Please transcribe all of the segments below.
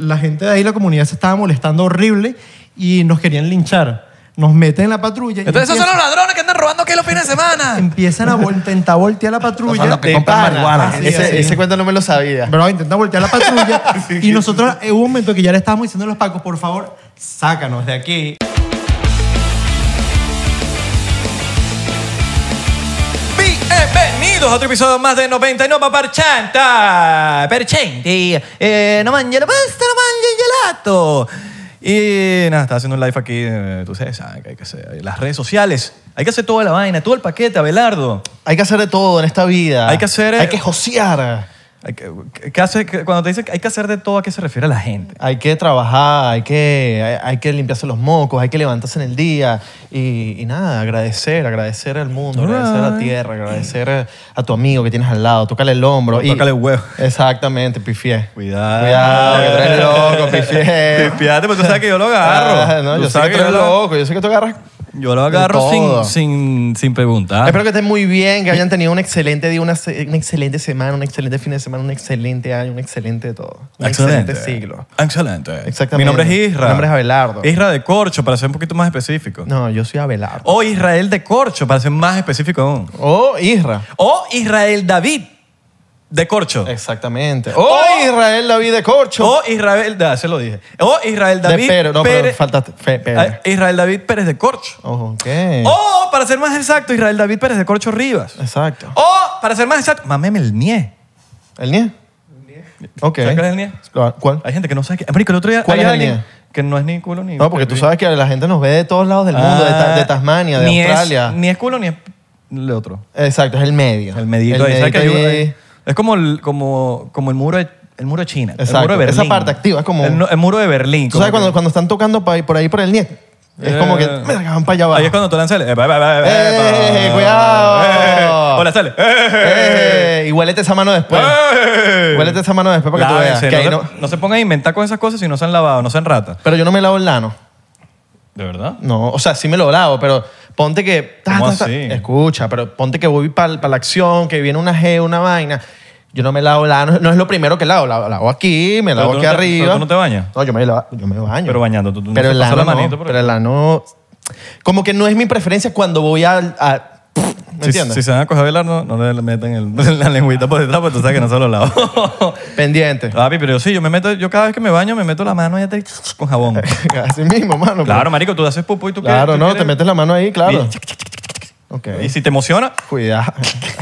la gente de ahí, la comunidad se estaba molestando horrible y nos querían linchar. Nos meten en la patrulla. Entonces esos son los ladrones que andan robando aquí los fines de semana. Empiezan a intentar voltear la patrulla. Los que compran marihuana. Así, Ese cuento no me lo sabía. Pero intentan voltear la patrulla y nosotros hubo un momento que ya le estábamos diciendo a los pacos, por favor, sácanos de aquí. Bienvenidos a otro episodio más de 99%. No mangia la pasta, no mangia el gelato. Y nada, estaba haciendo un live aquí. Tú sabes que hay que hacer las redes sociales. Hay que hacer toda la vaina, todo el paquete, Abelardo. Hay que hacer de todo en esta vida. Hay que hacer... Hay que josear. Cuando te dicen que hay que hacer de todo, ¿a qué se refiere la gente? Hay que trabajar, hay que limpiarse los mocos, hay que levantarse en el día y nada, agradecer al mundo, agradecer a la tierra, agradecer a tu amigo que tienes al lado, tócale el hombro. Tócale el huevo. Exactamente, pifié. Cuidado, que tú eres loco, pifié. Pifiate, pues tú sabes que yo lo agarro. No, yo sé que tú eres loco, yo sé que tú agarras. Yo lo agarro sin preguntar. Espero que estén muy bien, que hayan tenido un excelente día, una excelente semana, un excelente fin de semana, un excelente año, un excelente todo. Un excelente siglo. Excelente. Exactamente. Mi nombre es Isra. Mi nombre es Abelardo. Isra de Corcho, para ser un poquito más específico. No, yo soy Abelardo. O Israel de Corcho, para ser más específico aún. O Isra. O Israel David de Corcho. Exactamente. O Israel David de Corcho. O Israel, se lo dije. O Israel David pero Pérez. faltaste Pérez. Israel David Pérez de Corcho. Ok. O, para ser más exacto, Israel David Pérez de Corcho Rivas. Exacto. O, para ser más exacto, mameme el NIE. ¿El NIE? Ok. ¿Sabes cuál es el NIE? ¿Cuál? Hay gente que no sabe qué. Américo, el otro día ¿Cuál hay es el alguien NIE? que no es ni culo ni... No, porque tú sabes que la gente nos ve de todos lados del mundo, de Tasmania, de Australia. Ni es culo ni es el otro. Exacto, es el medio. El medito ahí. ¿Sabes medito que ahí. es como el muro de China. Exacto. El muro de Berlín. Esa parte activa es como... El muro de Berlín. ¿Tú sabes cuando están tocando por ahí por el NIE? Es como que van para allá abajo. Ahí es cuando tú lanzas el... ¡Cuidado! Hola, sale. Y huélete esa mano después. Huélete esa mano después para que tú veas. Que ahí no se pongan a inventar con esas cosas si no se han lavado, no sean ratas. Pero yo no me lavo el lano. ¿De verdad? No, o sea, sí me lo lavo, pero ponte que... ¿Cómo así? Escucha, pero ponte que voy para la acción, que viene una una vaina. Yo no me lavo el ano, no es lo primero que lavo. Lavo aquí, me lavo aquí arriba. ¿Pero tú no te bañas? No, yo me baño. Pero bañando, tú pero no el pasas ano la manito. no, pero el ano... Como que no es mi preferencia cuando voy ¿me entiendes? Si se van a coger a velar, no le meten la lengüita por detrás, porque tú sabes que no se lo lavo. Pendiente. Papi, pero sí, yo cada vez que me baño me meto la mano ahí con jabón. Así mismo, mano. Claro, marico, tú haces pupú y tú Claro, no, te metes la mano ahí, claro. Ok. Y si te emociona, cuidado.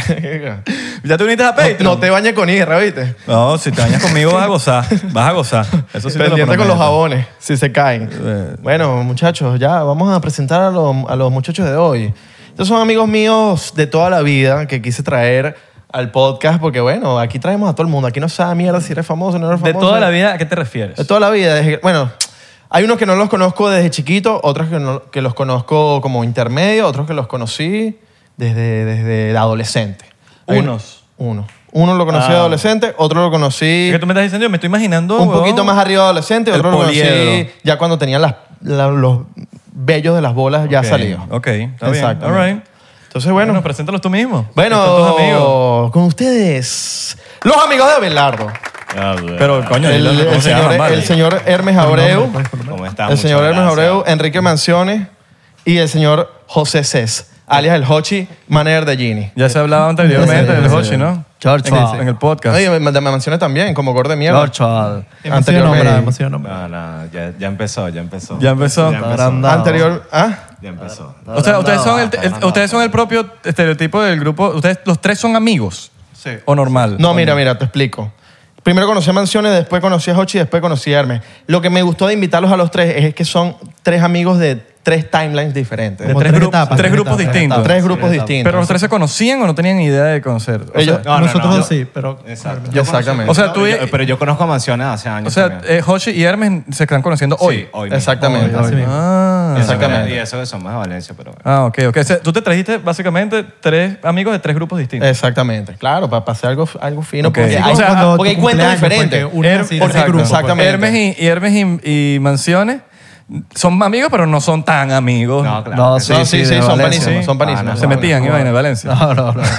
ya te uniste a Patreon. No te bañes con Isra, ¿viste? No, si te bañas conmigo vas a gozar. Vas a gozar. Eso sí te lo Pendiente con prometo. los jabones, si se caen. Bueno, muchachos, ya vamos a presentar a los muchachos de hoy. Estos son amigos míos de toda la vida que quise traer al podcast porque, bueno, aquí traemos a todo el mundo. Aquí no sabe mierda si eres famoso o no eres De famoso. toda la vida, ¿a qué te refieres? De toda la vida. Bueno, hay unos que no los conozco desde chiquito, otros que los conozco como intermedio, otros que los conocí desde adolescente. Uno lo conocí de adolescente, otro lo conocí... ¿Qué tú me estás diciendo? Yo me estoy imaginando... Un poquito más arriba de adolescente, el otro lo conocí poliedro. ya cuando tenía los vellos de las bolas ya salidos. Ok, está bien. Exacto. All right. Entonces, bueno. Preséntalos tú mismo. Bueno, Estos son tus amigos. con ustedes, los amigos de Abelardo. Pero, coño, El señor Hermes Abreu. ¿Cómo estás? El señor Muchas Hermes gracias. Abreu, Enrique Manciones y el señor José Cés, alias el Hochi, manager de Gini. Ya se hablaba anteriormente del Hochi, ¿no? Churchill. En el podcast. Oye, me mencioné también, como gordo de mierda. Churchill. Anteriormente. No, ya empezó. Ya empezó. Anterior... ¿Ah? Ya empezó. O sea, ustedes son el propio estereotipo del grupo. Ustedes, los tres son amigos. Sí. ¿O normal? No, mira, te explico. Primero conocí a Manciones, después conocí a Hochi y después conocí a Hermes. Lo que me gustó de invitarlos a los tres es que son tres amigos de tres timelines diferentes. De Como tres tres grupos, etapas, tres tres grupos etapas. distintos. Tres grupos distintos. Pero los tres se conocían o no tenían idea de conocer. O Ellos- sea, Nosotros sí, pero... Exacto. Exactamente. o sea, tú y- Pero yo conozco a Mansiones hace años. también. Hochi y Hermes se están conociendo hoy. Sí, hoy mismo. Exactamente. Así mismo. Ah, Exactamente. Y eso que somos de Valencia, pero bueno. Ah, ok. O sea, tú te trajiste básicamente tres amigos de tres grupos distintos. Exactamente. Claro, para hacer algo fino. Ok. Porque Sí, hay, o sea, porque hay cuentos diferentes. Porque uno es así de ese Exacto, grupo, exactamente. Hermes y Manciones Son amigos, pero no son tan amigos. No, claro. No, sí, sí, de son Valencia. panísimos, son panísimos. Se metían y vaina en Valencia. No, no, no.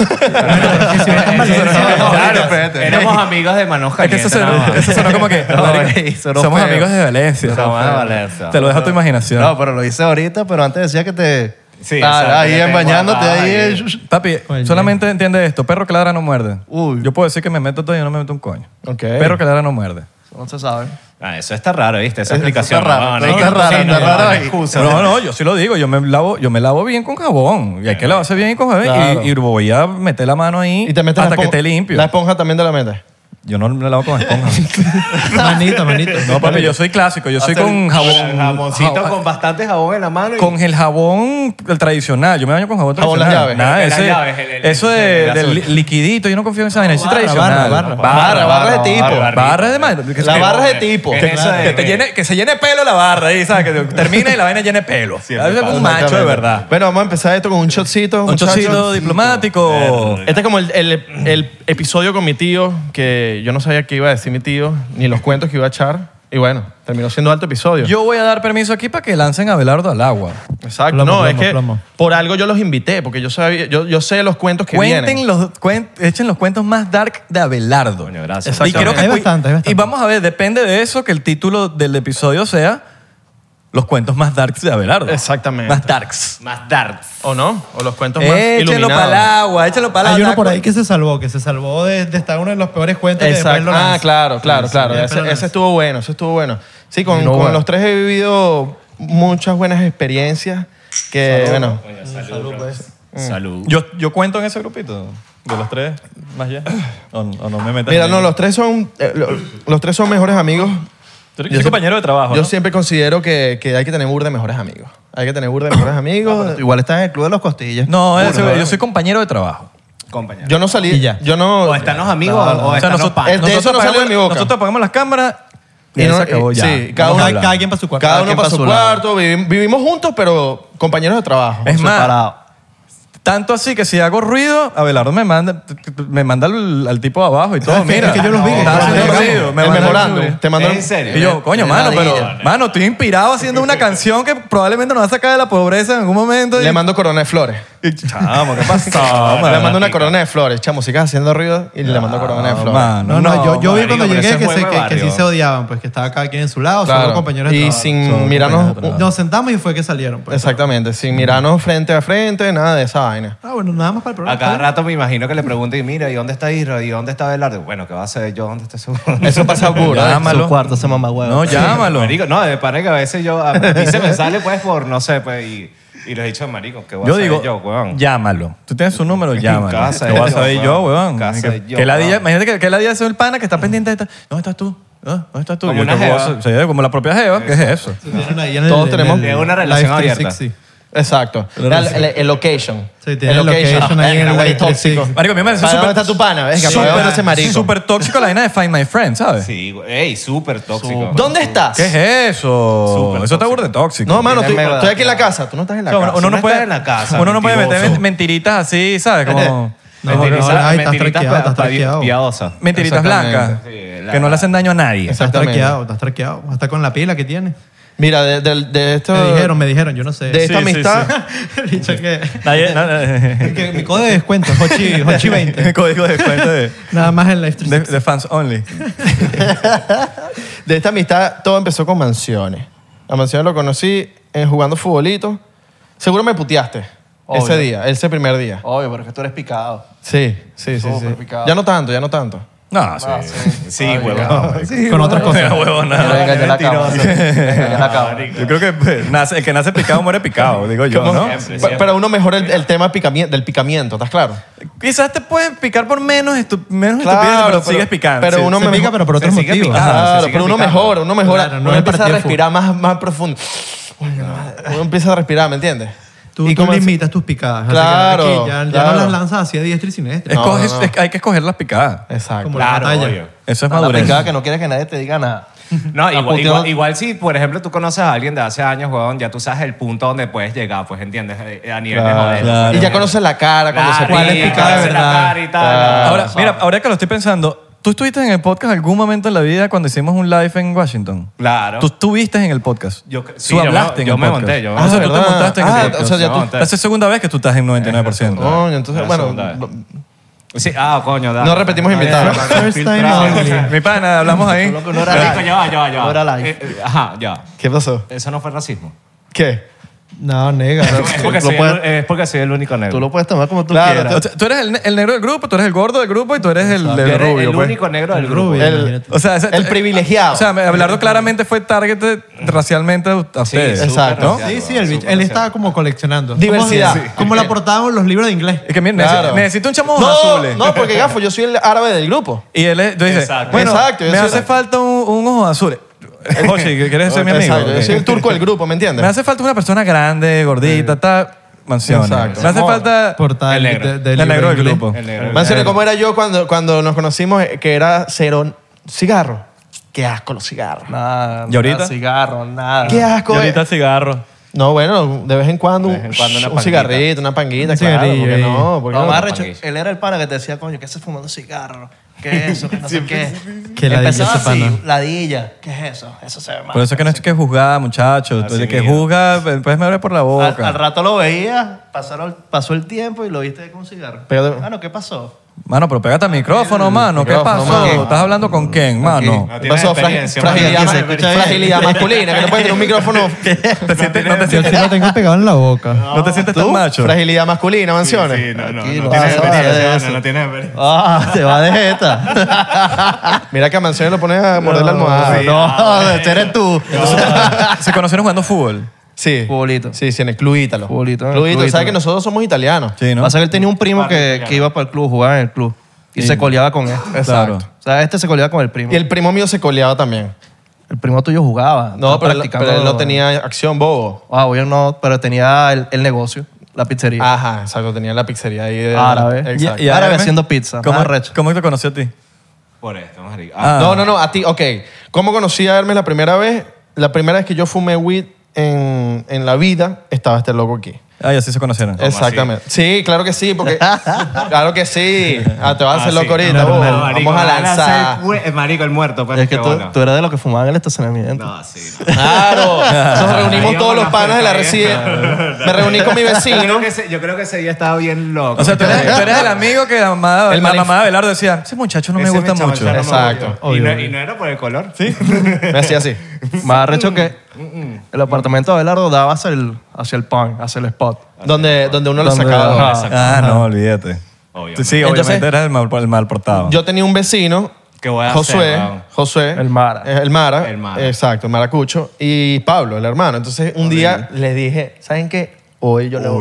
Claro, éramos amigos de Manos Es que Calientes. eso sonó como que. ey, sonó somos feo. amigos de Valencia. Somos de Valencia. Te lo dejo a tu imaginación. No, pero lo hice ahorita, pero antes decía que te... Sí, Ah, exacto, ahí que te bañándote, guapaba ahí... Papi, solamente entiende esto. Perro que ladra no muerde. Uy. Yo puedo decir que me meto todo y no me meto un coño. Ok. Perro que ladra no muerde. No se sabe. Eso está raro, ¿viste? Esa Eso explicación. está raro, no, está hay que- raro, sí, no, está raro no hay ahí. excusa. No, yo sí lo digo. Yo me lavo bien con jabón. Y hay que lavarse bien con jabón. Claro. Y voy a meter la mano ahí Y te metes hasta la que esponja- esté limpio. La esponja también te la metes. Yo no me lavo con esponja. Manito. No, papi, yo soy clásico. Yo soy con jabón. Jamoncito con bastante jabón en la mano. Con el jabón el tradicional. Yo me baño con jabón Jabón tradicional. las llaves. Nada, El de las ese, llaves, eso el del azul. liquidito. Yo no confío en esa vaina. Ese es Barra, tradicional. Barra de tipo. Barra de madre. La barra es de tipo. Es eso de- Que se llene pelo la barra ahí, ¿sabes? Que termine y la vaina llene pelo. Es un macho de verdad. Bueno, vamos a empezar esto con un shotcito. Un muchachos. chocito diplomático. Este es como el episodio con mi tío, que yo no sabía qué iba a decir mi tío, ni los cuentos que iba a echar. Y bueno, terminó siendo alto episodio. Yo voy a dar permiso aquí para que lancen a Abelardo al agua. Exacto. Plomo, no, plomo, es que plomo. por algo yo los invité, porque yo sé los cuentos que vienen. Echen los cuentos más dark de Abelardo. Coño, gracias. Exacto. Y creo que Hay bastante. Y vamos a ver, depende de eso que el título del episodio sea los cuentos más darks de Abelardo. Exactamente. Más darks. Más darts. ¿O no? O los cuentos más Échenlo iluminados. para el agua, échenlo para el Hay agua. uno por ahí que se salvó de estar uno de los peores cuentos que después Exacto. lo Ah, lanza. claro. después lo Ese lanza. estuvo bueno, ese estuvo bueno. Sí, con No, bueno. los tres he vivido muchas buenas experiencias que, bueno, Salud. Salud. Yo cuento en ese grupito de los tres más allá. O no me metas. mira, en no, el- los tres son mejores amigos. Tú eres compañero de trabajo. Yo ¿no? siempre considero que hay que tener burda de mejores amigos. Hay que tener burda de mejores amigos. Igual estás en el club de los costillas. No, yo soy compañero de trabajo. Compañero. Yo no salí, Y ya. yo no... O están los amigos o están los nosotros- panas. de eso no salió de mi boca. Nosotros apagamos las cámaras y Y ahí no- se acabó ya. sí, cada No uno- vamos a hablar. Cada quien para su cuarto. Cada Cada uno quien para pa' su su lado. cuarto, vivimos juntos, pero compañeros de trabajo. Es más, Separado. tanto así que si hago ruido, Abelardo me manda al tipo de abajo y todo. Es que- Mira, es que yo los vi, está que haciendo yo los vi. ruido. El manda memorándum. ruido. Te mandó ¿En serio? Y yo, coño, Qué mano, ladilla. mano, estoy inspirado haciendo una canción que probablemente nos va a sacar de la pobreza en algún momento. Le mando corona de flores. Chamo, ¿qué pasó? Le mando una corona de flores. Chamo, sigas haciendo ruido y le mando corona de flores. Mano, Yo vi marico, cuando pero llegué ese que, es juego de que sí barrio. se odiaban, pues que estaba cada quien en su lado, Claro. solo compañeros de Y trabajo. sin mirarnos... Nos sentamos y fue que salieron. Pues. Exactamente, sin mirarnos frente a frente, nada de esa vaina. Ah, bueno, nada más para el programa. A cada rato me imagino que le pregunten, mira, ¿y dónde está Isra? ¿Y dónde está Abelardo? Bueno, ¿qué va a hacer yo? ¿Dónde está su...? Eso pasa burda. Llámalo. Su cuarto se mama huevo. No, llámalo. Marico, no, de pana que a veces yo... A mí se me sale, pues, por, no sé, pues, y les he dicho, marico, ¿qué voy a Yo hacer digo, yo, weón? llámalo. Tú tienes su número, llámalo. casa Te de voy a yo, saber yo, weón. casa de yo, Que la día, weón. imagínate que la día es el pana que está pendiente de esta. ¿Dónde estás tú? ¿Dónde estás tú? Como Yo una te puedo jeva. hacer- sí, como la propia jeva. ¿Qué es eso? Tienen ahí en Todos tenemos- Es una relación Live abierta. 360. Exacto. El location. Sí, tiene el location ahí en el Live 360. Marico, a mí me parece ¿Para súper... dónde está tu pana? Venga, para súper- ver ese marico. súper tóxico la vaina de Find My Friend, ¿sabes? Sí, ey, súper tóxico. ¿Dónde estás? ¿Qué es eso? Súper Eso está tóxico. burda de tóxico. No, mano, Tiene mega- estoy aquí en la casa. Tú no estás en la O sea, casa. uno no no puede estás en la casa, uno no puede meter mentiroso. mentiritas así, ¿sabes? Como No, no, ahí estás traqueado, estás traqueado. piadosas. mentiritas Exactamente. blancas Sí, que no le hacen daño a nadie. Estás Exactamente. estás traqueado. Hasta con la pila que tiene. Mira, de esto... Me dijeron, yo no sé. De esta Sí, sí, amistad... Dicho que, Nadie, que mi código de descuento es Hochi 20. código de descuento Nada más en Live 360. de fans only. De esta amistad todo empezó con Mansiones. A Mansiones lo conocí jugando futbolito. Seguro me puteaste Obvio. ese día, ese primer día. Obvio, pero es que tú eres picado. Sí, sí, sí. Súper sí. picado. Ya no tanto, ya no tanto. No, sí. Sí, huevón. Con otras cosas. Huevo, Quiero nada. engañar la cama. Engañar la cama. Yo creo que pues, el que nace picado muere picado, digo yo, ¿Cómo? ¿no? Pero uno mejora el tema del picamiento, ¿estás claro? Quizás te pueden picar por menos estupidez, pero sigues picando. Pero sí. uno Se pica, pero por otros Se sigue motivos. picando. Claro, se sigue pero uno picando. mejora. Claro, no uno es empieza a partido respirar más profundo. Uno empieza a respirar, ¿me entiendes? Tú como- limitas tus picadas. Así Claro, que aquí ya claro. no las lanzas así a diestra y siniestra. No, no, no. Hay que escoger las picadas. Exacto. Como la Claro, batalla. obvio. Eso es La madurez. picada que no quieres que nadie te diga nada. No, La puteó- igual si, por ejemplo, tú conoces a alguien de hace años, huevón, ya tú sabes el punto donde puedes llegar, pues, ¿entiendes? A nivel de joder. claro. Y ya conoces la cara cuando se ¿Cuál es pica. picada de conoces la verdad? cara y tal. Claro. Ahora, mira, ahora que lo estoy pensando, ¿Tú estuviste en el podcast algún momento en la vida cuando hicimos un live en Washington? Claro. ¿Tú estuviste en el podcast? Sí, Tú hablaste en yo el me podcast. monté, yo me O sea, monté. tú te ¿verdad? montaste en el podcast. O sea, ya Me tú... monté. Esa es la segunda vez que tú estás en 99%. Coño, entonces, La bueno... segunda vez. Sí, coño, dale. No repetimos invitados. First time only. Mi pana, hablamos ahí. Solo que no era Marico, live. ya va. No era live. Ajá, ya. ¿Qué pasó? Eso no fue racismo. ¿Qué? No, nega. Es porque, Lo soy el único negro. Tú lo puedes tomar como tú Claro, quieras. O sea, tú eres el negro del grupo, tú eres el gordo del grupo y tú eres el Yo era rubio. el pues. único negro del grupo. Rubio, El- imagínate. O sea, El privilegiado. O sea, Abelardo claramente fue target racialmente a ustedes. súper Exacto. racial, Sí, sí, weón, el bicho. súper Él racial. estaba como coleccionando. Diversidad. Como, como la portada en los libros de inglés. Es que mira, Claro. necesito un chamo No, azules. no, porque gafo, yo soy el árabe del grupo. Y él tú dices, Exacto. bueno, Exacto, yo me soy hace el- falta un ojo azul. Joshi, ¿quieres ser mi amigo? Exacto, yo soy el turco del grupo, ¿me entiendes? Me hace falta una persona grande, gordita, tal. Mansiones. Exacto. Me hace falta Portada El del- negro. del el libro negro de del inglés. grupo. El negro. Mansiones, ¿cómo era yo cuando nos conocimos? Que era cero cigarro. Qué asco los cigarros. Nada, ¿Y ahorita? nada, cigarro, nada. Qué asco. Y ahorita cigarro. No, bueno, de vez en cuando, De vez en cuando una un panguita. cigarrito, una panguita, Un claro. cigarrillo ¿Por qué ahí. no? ¿Por qué No, no? más arrecho, Panguilla. él era el pana que te decía, coño, ¿qué haces fumando cigarro? ¿Qué es eso? Que no sé qué. Que ladilla Empezaba ese así, pana. ladilla. ¿Qué es eso? Eso se ve mal. Por eso es que no es que juzgar, muchachos. Así El que mismo. juzga, pues me abre por la boca. Al rato lo veías, pasó el tiempo y lo viste con un cigarro. Pero- Mano, ¿qué pasó? Mano, pero pégate al micrófono, mano. ¿Qué micrófono, pasó? mano. ¿Estás hablando con quién, mano? No ¿Qué tienes pasó? experiencia, Fragilidad, marico. se escucha bien. fragilidad masculina, que no puede tener un micrófono. ¿Te sientes, no te Yo sientes, sí lo tengo pegado en la boca. no te sientes tan macho? Fragilidad masculina, Mansiones. Sí, no Tranquilo, tienes vale, experiencia, de mano, eso. no tienes experiencia. Ah, te va de jeta. Mira que a Mansiones lo pone a morder la almohada. No, este eres tú. Se conocieron jugando fútbol. Sí. Futbolito. Sí, sí, en el Club Ítalo. Futbolito, en el Club Club Ítalo. ¿Sabes Ítalo. que nosotros somos italianos? Sí, ¿no? Pasa que él tenía un primo que iba para el club, jugaba en el club. Y se coleaba con este. Claro. O sea, este se coleaba con el primo. Y el primo mío se coleaba también. El primo tuyo jugaba. No, estaba pero él no tenía acción, bobo. Ah, yo no, pero tenía el negocio, la pizzería. Ajá, exacto, tenía la pizzería ahí. De, Árabe. Exacto. Y Árabe Hermes, haciendo pizza, ¿Cómo, más arrecho. ¿Cómo te conoció a ti? Por esto, marico. Ah. No, a ti, ok. ¿Cómo conocí a Hermes la primera vez? La primera vez que yo fumé weed en la vida, estaba este loco aquí. Ah, y así se conocieron. Exactamente. Sí, claro que sí, porque... claro que sí. Ah, te vas a hacer loco ahorita, bobo. Vamos a lanzar. Marico, el muerto. Pues, Es que qué tú, bola. tú eres de los que fumaban en el estacionamiento. No, sí. Claro. Nos reunimos Ahí todos los vamos a panas de la fiesta, residencia. Me reuní con mi Yo vecino. creo que ese día estaba bien loco. O sea, tú eres el amigo que la mamá, El la manif- mamá de Abelardo decía, ese muchacho no me Ese gusta chaval mucho. ya no me Exacto. gusta. Obvio. Y no era por el color. ¿Sí? Me hacía así. Más arrecho que el apartamento de Abelardo daba hacia el pan, hacia el spot. Donde uno lo Donde- sacaba. ajá. Ah, no, olvídate. Obviamente. Sí, Entonces- obviamente eras el mal portado. Yo tenía un vecino, ¿Qué voy a hacer, weón? Josué. El Mara. El Mara. El Mara. Exacto, el Maracucho. Y Pablo, el hermano. Entonces, un día le dije, ¿saben qué? Hoy yo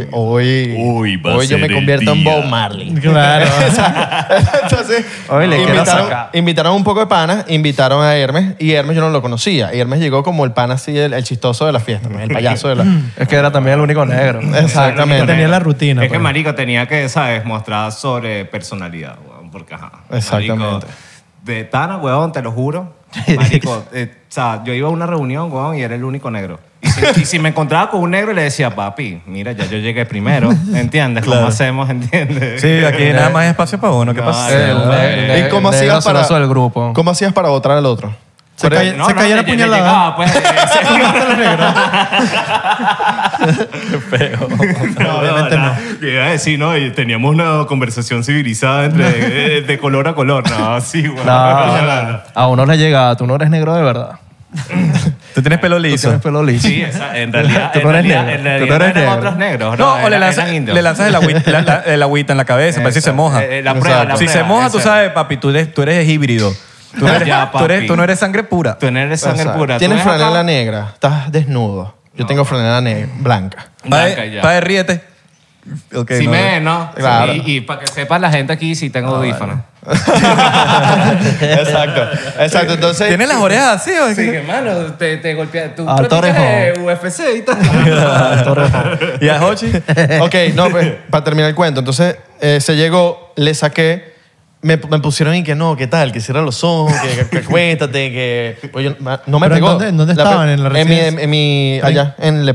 me convierto en Bob Marley. Claro. Entonces, Hoy le quiero sacar. invitaron un poco de panas, invitaron a Hermes, y Hermes yo no lo conocía. Y Hermes llegó como el pana así, el chistoso de la fiesta, ¿no? El payaso de la... Es que era también el único negro. Exactamente. Tenía la rutina. Es que pues. marico tenía que, ¿sabes? Mostrar sobre personalidad, weón. Porque, ajá. Exactamente. Marico, de Tana, weón, te lo juro. Marico, o sea, yo iba a una reunión, weón, y era el único negro. Y si me encontraba con un negro, le decía, papi, mira, ya yo llegué primero, ¿entiendes? Claro. ¿Cómo hacemos, entiendes? Sí, aquí nada más hay espacio para uno. ¿Qué No, pasa? ¿Y cómo el hacías negro para... celoso del grupo. ¿Cómo hacías para votar al otro? Se cayó la le puñalada. llegaba, pues, No, obviamente no. Yo iba a decir, no, y teníamos una conversación civilizada entre de color a color. No, sí, weón. No, a uno le llega, tú no eres negro de verdad. Tú tienes pelo Tú liso. tienes pelo liso. Sí, en realidad, Tú no eres negro. Tú no eres eran negro. otros negros. No, o le eran lanzas, indios. le lanzas el agüita en la cabeza para ver si se moja. La prueba, Si se moja, tú sabes, papi, tú eres híbrido. Tú, Ya, papi. tú no eres sangre pura. Tú no eres sangre Exacto. pura. Tienes Tú ves acá- franela negra, estás desnudo. Yo tengo franela negra, blanca. Blanca ya. Padre, ríete. Ok, Si no. me, ¿no? Claro. Y para que sepa la gente aquí, si tengo audífonos. Exacto. Entonces, ¿Tienes las orejas así o Sí, qué? que hermano, te golpea. Tú Alto practicas UFC y tal. ¿Y a Hochi? ok, no, pues, para terminar el cuento. Entonces, se llegó, le saqué, me pusieron y que no, ¿qué tal? Que cierra los ojos, que acuéstate, que... Oye, no me ¿Pero en pegó. dónde estaban? ¿En la En mi, residencia? allá, en Le Parc.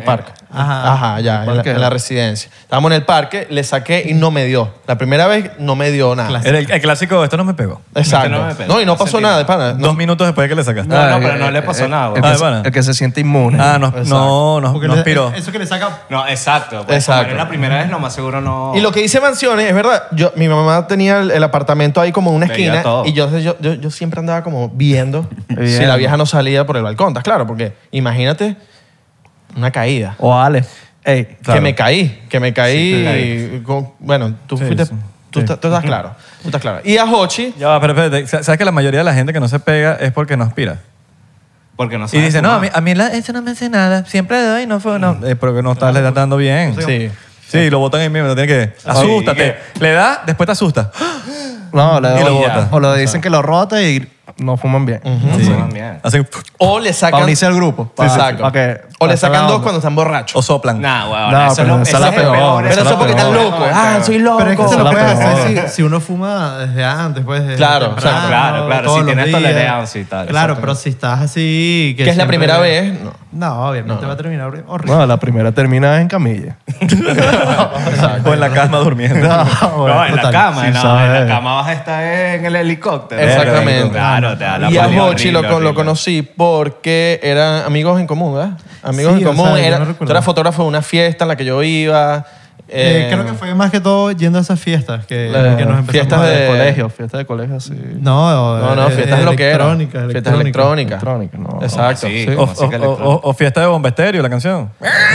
Ajá, ya, en la residencia. Estábamos en el parque, le saqué y no me dio. La primera vez no me dio nada. Era el clásico, esto no me pegó. Exacto. no me pegó. No, y no pasó nada, de pana. 2 minutos después de que le sacaste. No, pero no le pasó nada, güey. Ah, bueno. El que se siente inmune. No Porque aspiró. Eso que le saca... No, exacto. Pues, Exacto. como era la primera vez, lo más seguro no... Y lo que hice Mansiones, es verdad, mi mamá tenía el apartamento ahí como en una Veía esquina todo. y yo siempre andaba como viendo si Viendo. la vieja no salía por el balcón. ¿Estás claro? Porque imagínate una caída. O Ale. Ey, Claro. Que me caí. Sí, Bueno, tú Sí, fuiste... sí. Tú estás claro. Tú estás claro. Y a Hochi... Ya va, pero espérate. ¿Sabes que la mayoría de la gente que no se pega es porque no aspira? Porque no Y sabe dice, no, fumar. a mí eso no me hace nada. Siempre le doy, no fue... No. Es porque no estás le estás dando bien. Sí. Sí, lo botan ahí mismo. No tiene que... Asústate. Le da, después te asusta. No, Y lo bota. o lo dicen que lo rota y no fuman bien. No fuman bien. Hacen... O le Para sacan... unirse al grupo. Exacto. Pa' que- O le pa' sacan la dos onda. cuando están borrachos. O soplan. Nah, weón. No, eso pero no, esa ese es la es el peor. peor. Pero esa eso es la porque están peor. locos. Ah, soy loco. Pero es que Esa se es lo la puedes peor. hacer si uno fuma desde antes, pues. desde Claro, temprano, claro, claro, todos si los tienes días. tolerancia y tal, Claro, exactamente. pero si estás así... Que es la siempre- primera vez, no. No, obviamente va a terminar horrible. No, la primera termina en camilla. O en la cama durmiendo. No, en la total. cama. Sí, En sabes. la cama vas a estar en el helicóptero. Exactamente. Claro, te da la Y a pálida Hochi horrible, lo horrible. conocí porque eran amigos en común, ¿verdad? Amigos Sí, en o común. sea, yo Era, no tú recuerdo. eras fotógrafo de una fiesta en la que yo iba. Creo que fue más que todo yendo a esas fiestas que nos empezamos fiestas a de- ver. Colegio, fiesta de colegio, sí. No, fiestas es lo que era. electrónicas. Fiestas electrónicas. Electrónica, no. Exacto. Sí. Sí. O fiesta de Bomba Estéreo, la canción.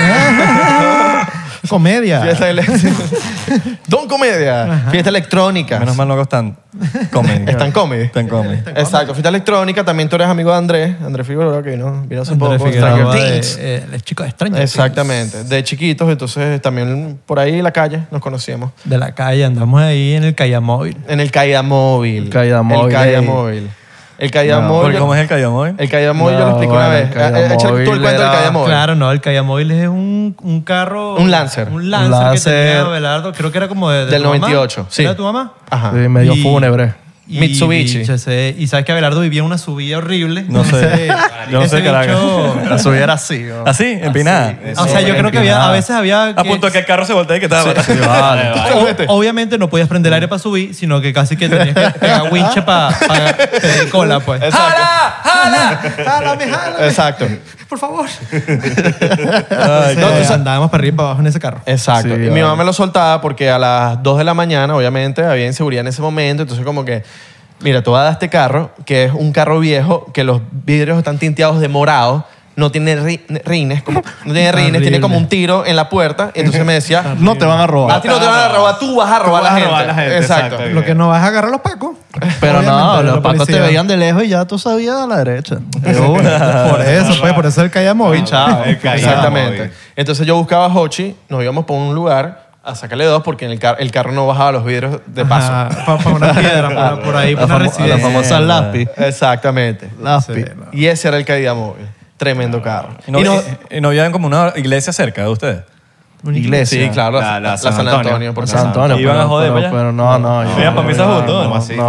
Comedia. Fiesta Don Comedia. Fiesta electrónica. Menos mal no están comedy. Están comedy. Están comedy. Exacto. Fiesta electrónica. También tú eres amigo de Andrés Figueroa, que vino hace poco. Andrés Stranger Figueroa Things. el chico de Stranger Exactamente. De chiquitos, entonces también por ahí en la calle nos conocíamos. Things. De la calle, andamos ahí en el Calle Móvil. En el Caída Móvil. El Caída Móvil, El Caída ey. Móvil. El Caída No, Móvil. Porque ¿cómo es el Cayamóvil? El Caída Móvil yo lo No, expliqué una bueno, vez. el Caída Échale tú el Móvil cuento del era- Caída Móvil. Claro, no, el Calle Móvil es un carro... Un Lancer. Un Lancer, que Lancer. tenía Abelardo, creo que era como de Del tu mamá. 98, sí. ¿Era de tu mamá? Ajá. Sí, medio Y- fúnebre. Y, Mitsubishi. bicho, y sabes que Abelardo vivía en una subida horrible. No sé. Yo no sé, Ese Caracas. bicho- La subida era así. ¿no? ¿Así? ¿Empinada? O sea, yo creo que a veces había... A punto de que el carro se voltee y que estaba... Sí, vale. Obviamente no podías prender el aire para subir, sino que casi que tenías que pegar winche para pedir cola, pues. ¡Jala! ¡Jálame, jálame! Exacto. Por favor. Ay, Entonces andábamos para arriba y para abajo en ese carro. Exacto. Sí, y mi vale. mamá me lo soltaba porque a las 2 de la mañana, obviamente, había inseguridad en ese momento. Entonces, como que, mira, tú vas a dar este carro, que es un carro viejo, que los vidrios están tinteados de morado, no tiene rines, tiene como un tiro en la puerta. Y entonces me decía, No te van a a robar. ti no te van a robar, tú vas a robar vas a a la robar gente. a la gente, Exacto. exacto. Lo que no vas a agarrar a los pacos. Pero no, Obviamente, los la pacos te policía. veían de lejos y ya tú sabías a la derecha. Por eso el Calle Móvil, chao. El Calle Exactamente. Móvil. Entonces yo buscaba a Hochi, nos íbamos por un lugar a sacarle dos porque en el carro no bajaba los vidrios de paso. Para una piedra, por ahí, por una La residencia. famosa Laspi. Exactamente. Laspi. Y ese era el Caída Móvil. Tremendo carro. ¿Y no había como una iglesia cerca de ustedes? Iglesia. Sí, claro. La San San Antonio, Antonio. por San Antonio. ¿Iban a joder para allá? pero no. Iban para misa juntos. ¿Cómo así? No.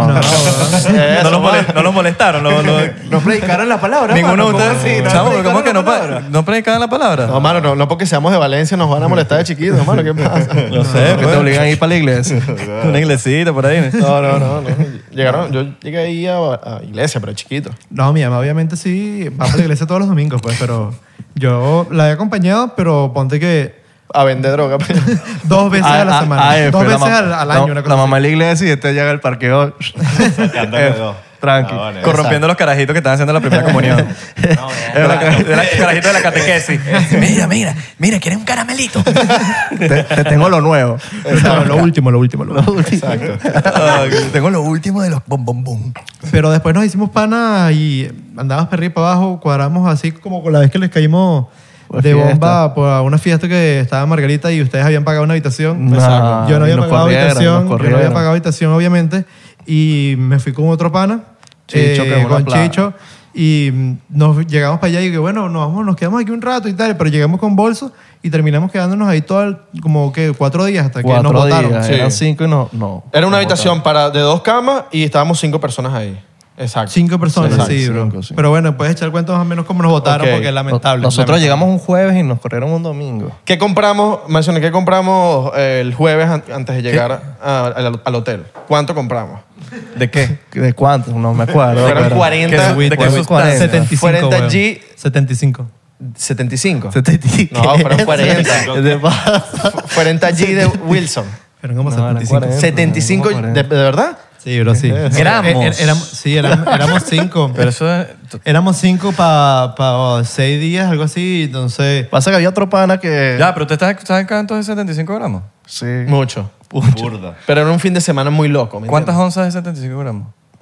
No los molestaron. No predicaron la palabra. Ninguno de mano, ¿cómo ustedes. así? ¿No Chamo, predicaron ¿cómo que la palabra? no predicaban la palabra? No, mano, no porque seamos de Valencia nos van a molestar de chiquitos, mano. ¿Qué pasa? No sé, Que te pues. obligan a ir para la iglesia. Una iglesita por ahí. No. Yo llegué ahí a iglesia, pero chiquito. No, mi mamá obviamente sí va a la iglesia todos los domingos, pues, pero yo la he acompañado, pero ponte que A vender droga. 2 veces a la semana. 2 veces al año, una cosa La mamá así. en la iglesia y este llega al parqueo. Sacándole dos. Tranqui. Ah, vale. Corrompiendo los carajitos que estaban haciendo la primera comunión. Carajito de la catequesis. Mira, ¿quieres un caramelito? Te tengo lo nuevo. No, lo último. Exacto. Tengo lo último de los bom bom bom. Pero después nos hicimos pana y andábamos para arriba y para abajo, cuadramos así como con la vez que les caímos Pues de fiesta. bomba por una fiesta que estaba Margarita y ustedes habían pagado una habitación. No, Yo no había y nos pagado corrieron, habitación, nos yo no había corrieron. pagado habitación obviamente y me fui con otro pana, Chicho, que es una con plaga. Chicho y nos llegamos para allá y que bueno, nos quedamos aquí un rato y tal, pero llegamos con bolso y terminamos quedándonos ahí como que 4 días hasta que nos 4 botaron. días. Sí. Eran 5 y no. Era una habitación de 2 camas y estábamos 5 personas ahí. Exacto. 5 personas, Exacto, sí, bro. 5, sí. Pero bueno, puedes echar cuentos más o menos cómo nos votaron Ok. porque es lamentable. Nosotros llegamos un jueves y nos corrieron un domingo. ¿Qué compramos? Mencioné que compramos el jueves antes de llegar al hotel. ¿Cuánto compramos? ¿De qué? ¿De cuánto? No me acuerdo. Fueron pero- 40. ¿De qué Fueron sustancia? 75, 40 weón. G. 75. 75. 75. No, fueron 40. ¿Qué te pasa? 40 G de Wilson. Eran como No, eran 75. 40. 75 ¿de verdad? Sí, bro, sí. Éramos. Éramos 5. Pero eso es... Éramos 5 para 6 días, algo así. Entonces, Pasa que había otro pana que... Ya, pero ¿usted está en entonces de 75 gramos? Sí. Mucho. Burda. Pero era un fin de semana muy loco. ¿me ¿Cuántas entiendes? onzas de 75 gramos?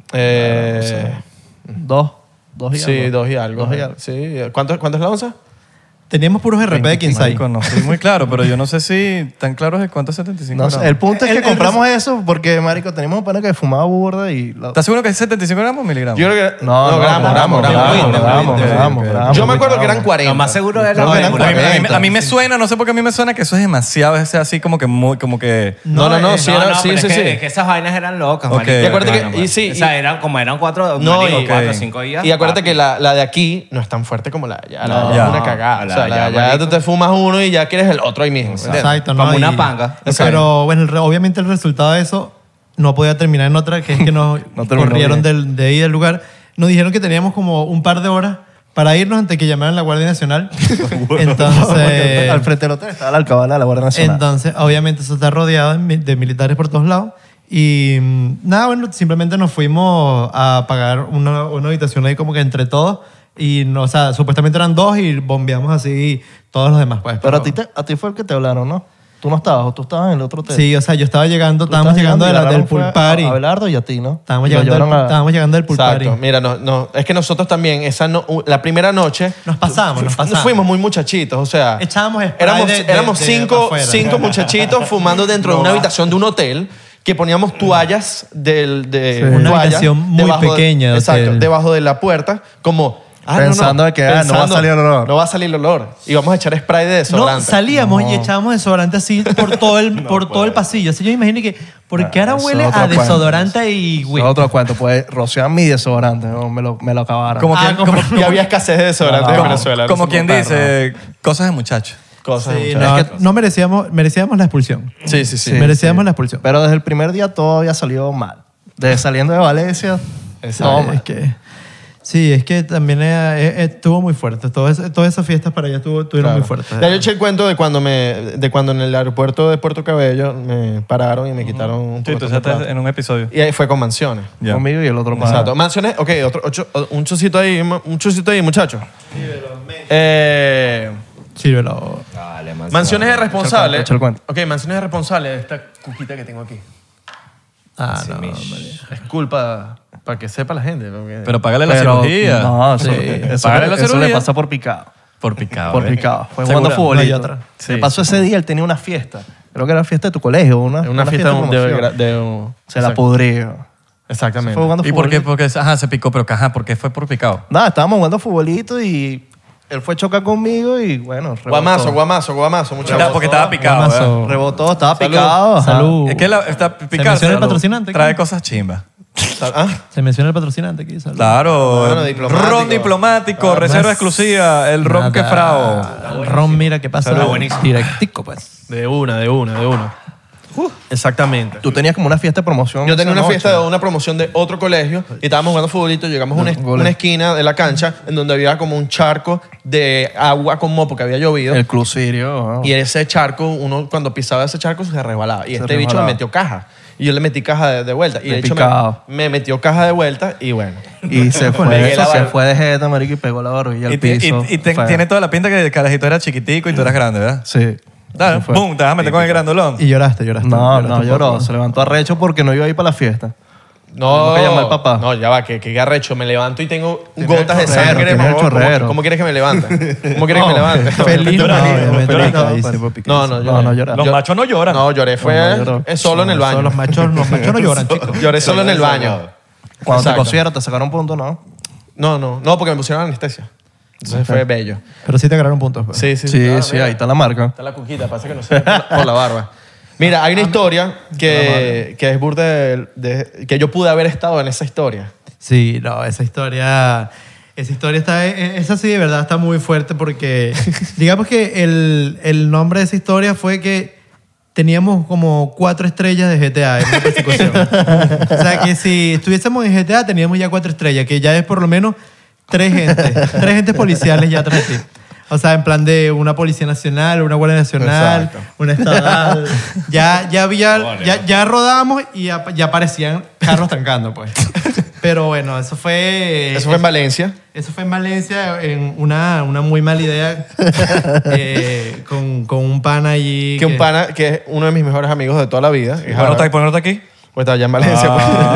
Dos. Dos y Sí, algo. 2 y algo. Dos y algo. Sí. ¿Cuánto es la onza? teníamos puros RP de 15 ahí. Marico, no estoy muy claro, pero yo no sé si tan claro es cuánto es 75 No sé, gramos. el punto es que El- compramos eso porque, marico, teníamos un pana que fumaba burda y... ¿Estás seguro que es 75 gramos o miligramos? Yo creo que. No, gramos. gramos. Yo me acuerdo que eran 40. Lo más seguro era Creo que eran A mí, a mí- 40. a mí me suena, no sé por qué a mí me suena que eso es demasiado, es así como que muy, como que... No, sí, No, era, no, sí, pero sí, es que, sí. es que esas vainas eran locas, Ok. marico. Y acuérdate que- Bueno, y sí, o sea, eran 4, No, marico, y- 4 o ok. 5 días. Y acuérdate papi. que la de aquí no es tan fuerte como la de allá. La de allá Ya. es una cagada. La O sea, de la de allá, allá marico. tú te fumas uno y ya quieres el otro ahí mismo. ¿entiendes? Exacto, ¿no? Como una Y- panga. Pero bueno, obviamente el resultado de eso no podía terminar en otra, que es que nos No terminó corrieron bien. de ahí del lugar. Nos dijeron que teníamos como un par de horas para irnos antes que llamaran la Guardia Nacional. Entonces, Al frente del hotel estaba la alcabala de la Guardia Nacional. entonces, obviamente eso está rodeado de militares por todos lados. Y nada, bueno, simplemente nos fuimos a pagar una habitación ahí como que entre todos. Y, no, o sea, supuestamente eran 2 y bombeamos así todos los demás. Pues, Pero a ti fue el que te hablaron, ¿no? Tú no estabas o tú estabas en el otro hotel. Sí, o sea, yo estaba llegando, Tú estábamos estabas llegando y del agarraron pool fue party. A Abelardo y a ti, ¿no? Estábamos Y lo llegando, llevaron a- estábamos llegando del pool Exacto. party. Mira, no, es que nosotros también, la primera noche... Nos pasamos. Fuimos muy muchachitos, o sea... Echábamos spray Éramos de cinco afuera. muchachitos fumando dentro de una habitación de un hotel que poníamos toallas Una toalla habitación muy debajo pequeña de exacto, hotel. debajo de la puerta, como... Pensando de que, no va a salir el olor. No va a salir el olor. Y vamos a echar spray de No, desodorante. salíamos y echábamos desodorante así por todo el pasillo. Así yo imagino que, ¿por qué ahora eso huele es otro a cuento. desodorante y Eso güey? es otro cuento, pues rociar mi desodorante, no, me lo acabaron. Como quien, como, Y había escasez de desodorante en como- Venezuela. como no quien sé. dice, cosas de muchacho. Cosas Sí, muchachos. no merecíamos la expulsión. Sí. Merecíamos la expulsión. Pero desde el primer día todo había salido mal. Desde saliendo de Valencia, todo Es mal. que, sí, es que también estuvo muy fuerte. Todas esas fiestas para allá estuvieron Claro. muy fuertes. Ya yo eché el cuento de cuando en el aeropuerto de Puerto Cabello me pararon y me quitaron un Sí, tú poco de estás plata. en un episodio. Y ahí fue con mansiones. Ya. Conmigo y el otro pana. Exacto. Mansiones, ok, un chocito ahí, muchachos. Sírvelo. Dale, man. Mansiones de responsables. echa el cuento. Ok, mansiones de responsables de esta cuquita que tengo aquí. Ah, no. Es culpa para que sepa la gente. porque- Pero págale la Pero, cirugía. No, eso, Sí. eso, Págale la eso le cirugía. pasa por picado. Por picado. Por ¿eh? picado. Fue ¿Segura? jugando futbolito. No hay otra. Le pasó ese día, él tenía una fiesta. Creo que era la fiesta de tu colegio. Una fiesta promoción. Se la exacto. pudrió. Exactamente. Fue jugando ¿Y por qué? futbolito. Porque, se picó, pero ¿por qué fue por picado? Nada, estábamos jugando futbolito y él fue a chocar conmigo y bueno, rebotó. Guamazo, muchachos. Porque estaba picado. Guamazo. ¿verdad? Rebotó, estaba Salud. picado. ajá. Salud. Es que está picado. menciona el patrocinante, Trae claro. cosas chimbas. ¿Ah? Se menciona el patrocinante aquí. salud. Claro. Bueno, diplomático. Ron diplomático, reserva más- exclusiva, el ron que frao. El ron, mira qué pasa. Salud. Buenísimo. Directico, pues. De una. Exactamente. Tú tenías como una fiesta de promoción. Yo tenía esa una noche. fiesta de una promoción de otro colegio y estábamos jugando futbolito. Llegamos a una esquina de la cancha en donde había como un charco de agua con moho porque había llovido. El Club Sirio. ajá. Y ese charco, uno cuando pisaba ese charco se resbalaba. Y Se este bicho resbalaba. me metió caja. Y yo le metí caja de vuelta. Y De de hecho picado. me metió caja de vuelta y bueno. Y se Pegué la se barba. fue de jeta, marico, y pegó la barbilla al Y piso. Feo. tiene toda la pinta que el carajito era chiquitico y tú eras grande, ¿verdad? Sí. Dale, Eso fue. pum, te vas a meter con el grandolón. Y lloraste. No, lloró. Se levantó arrecho porque no iba a ir para la fiesta. No, Tenemos que llamar al papá. No, ya va, que arrecho. Me levanto y tengo Tiene gotas de el chorrero, sangre. tiene el mamá. chorrero. ¿Cómo quieres que me levante? ¿Cómo quieres que me levante? Feliz, no, obviamente. Llorando, ahí sí. No, No lloré. Los machos no lloran. No, lloré fue No, lloró. solo en el baño. Los machos no lloran, chicos. Lloré solo en el baño. Cuando Exacto. te cosieron, te sacaron punto, ¿no? No, porque me pusieron anestesia. Entonces fue bello. Pero sí te agarraron puntos. Pues. Sí. Sí, Ah, sí, mira. ahí está la marca. Está la cuquita, pasa que no se ve por la barba. Mira, hay una historia que es burda que yo pude haber estado en esa historia. Sí, no, esa historia está, esa sí de verdad está muy fuerte porque digamos que el nombre de esa historia fue que teníamos como 4 estrellas de GTA en una persecución. O sea que si estuviésemos en GTA teníamos ya 4 estrellas, que ya es por lo menos 3 gentes policiales ya atrás de ti. O sea, en plan de una Policía Nacional, una Guardia Nacional, Exacto. una Estadal. Ya rodábamos y ya aparecían carros trancando, pues. Pero bueno, eso fue... Eso fue en Valencia. Eso fue en Valencia, en una muy mala idea, con un pana allí. Que un pana que es uno de mis mejores amigos de toda la vida. es Harold. Ponerte aquí. Pues está allá en Valencia.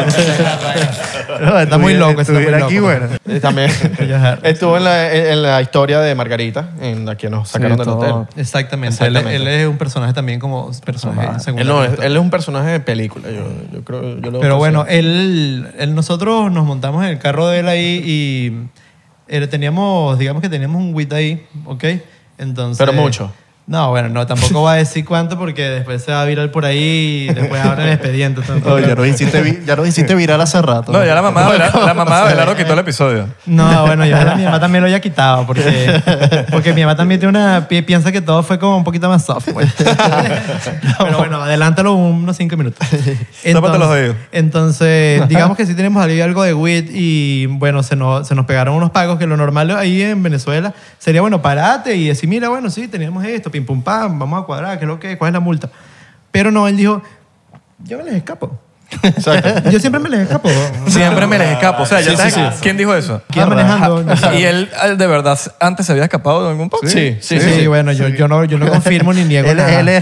Está muy loco, está muy loco. aquí, bueno. Pues. También estuvo en la historia de Margarita, en la que nos sacaron del hotel. Exactamente. Él es un personaje también como personaje Él, secundario. él es un personaje de película, yo creo. Yo lo Pero bueno, percibo. nosotros nos montamos en el carro de él ahí y digamos que teníamos un WIT ahí, ¿ok? Entonces, Pero mucho. No, bueno, no, tampoco voy a decir cuánto porque después se va a virar por ahí y después abren el expediente. Oye, ya nos hiciste viral hace rato. No, ya la mamá de Abelardo quitó el episodio. No, bueno, mi mamá también lo haya quitado porque mi mamá también piensa que todo fue como un poquito más soft. Pues. Pero bueno, adelántalo unos 5 minutos. Tápate los oídos. Entonces, digamos que sí tenemos algo de WIT y bueno, se nos pegaron unos pagos que lo normal ahí en Venezuela sería, bueno, parate y decir, mira, bueno, sí, teníamos esto, pim pum pam, vamos a cuadrar, ¿qué es lo que? ¿Cuál es la multa? Pero no, él dijo, yo me les escapo. Exacto. Yo siempre me les escapo. Siempre me les escapo. O sea, ya Sí, sabes sí, sí. ¿quién dijo eso? Iba manejando. ¿Y él de verdad antes se había escapado de algún podcast? Sí, bueno, yo no confirmo ni niego nada. Él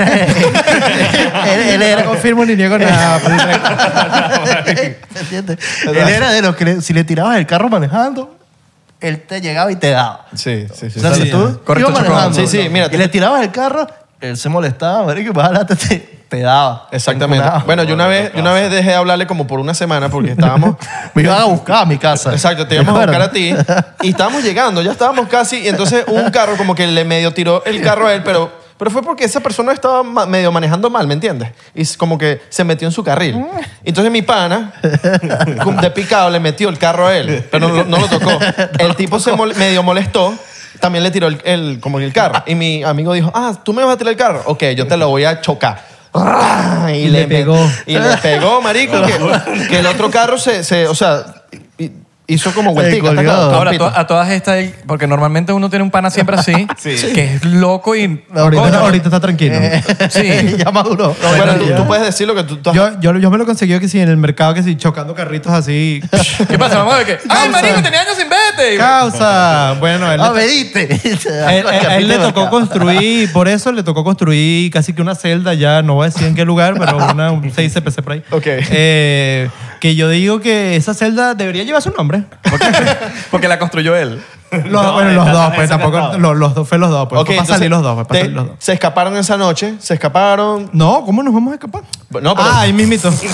era No confirmo ni niego nada. ¿Se entiende? Él era de los que si le tirabas el carro manejando, él te llegaba y te daba. Sí. O sea, si tú Correcto, ibas manejando Chocó. Sí, mira, y le tirabas el carro, él se molestaba, marico, y más adelante te daba. Exactamente. Te Bueno, yo una vez dejé de hablarle como por una semana porque estábamos... me iban a buscar a mi casa. Exacto, te íbamos a buscar a ti y estábamos llegando, ya estábamos casi, y entonces un carro como que le medio tiró el carro a él, pero fue porque esa persona estaba medio manejando mal, ¿me entiendes? Y como que se metió en su carril. Entonces mi pana, de picado, le metió el carro a él, pero no lo tocó. El tipo se medio molestó, también le tiró como el carro. Y mi amigo dijo, ¿tú me vas a tirar el carro? Ok, yo te lo voy a chocar. Y le pegó. Y le pegó, marico, que el otro carro o sea, hizo como vueltica. colgó. Ahora, a todas estas, porque normalmente uno tiene un pana siempre así, que es loco y... Ahorita está tranquilo. Sí. Ya maduró. Bueno, tú puedes decir lo que tú... Yo me lo conseguí que sí, en el mercado, que sí, chocando carritos así. ¿Qué pasa? Vamos a ver qué. ¡Ay, marico, tenía años sin vete! Causa. Bueno, Me diste. a él le tocó construir, por eso le tocó construir casi que una celda, ya no voy a decir en qué lugar, pero un 6 CPC por ahí. Ok. Que yo digo que esa celda debería llevar su nombre. Porque la construyó él. Los dos, pues tampoco. Los dos, fue los dos, pues. Ok, Fue para salir los dos, pues, para salir los dos. Se escaparon esa noche, se escaparon... No, ¿cómo nos vamos a escapar? No, pero... Ahí mismito. sí.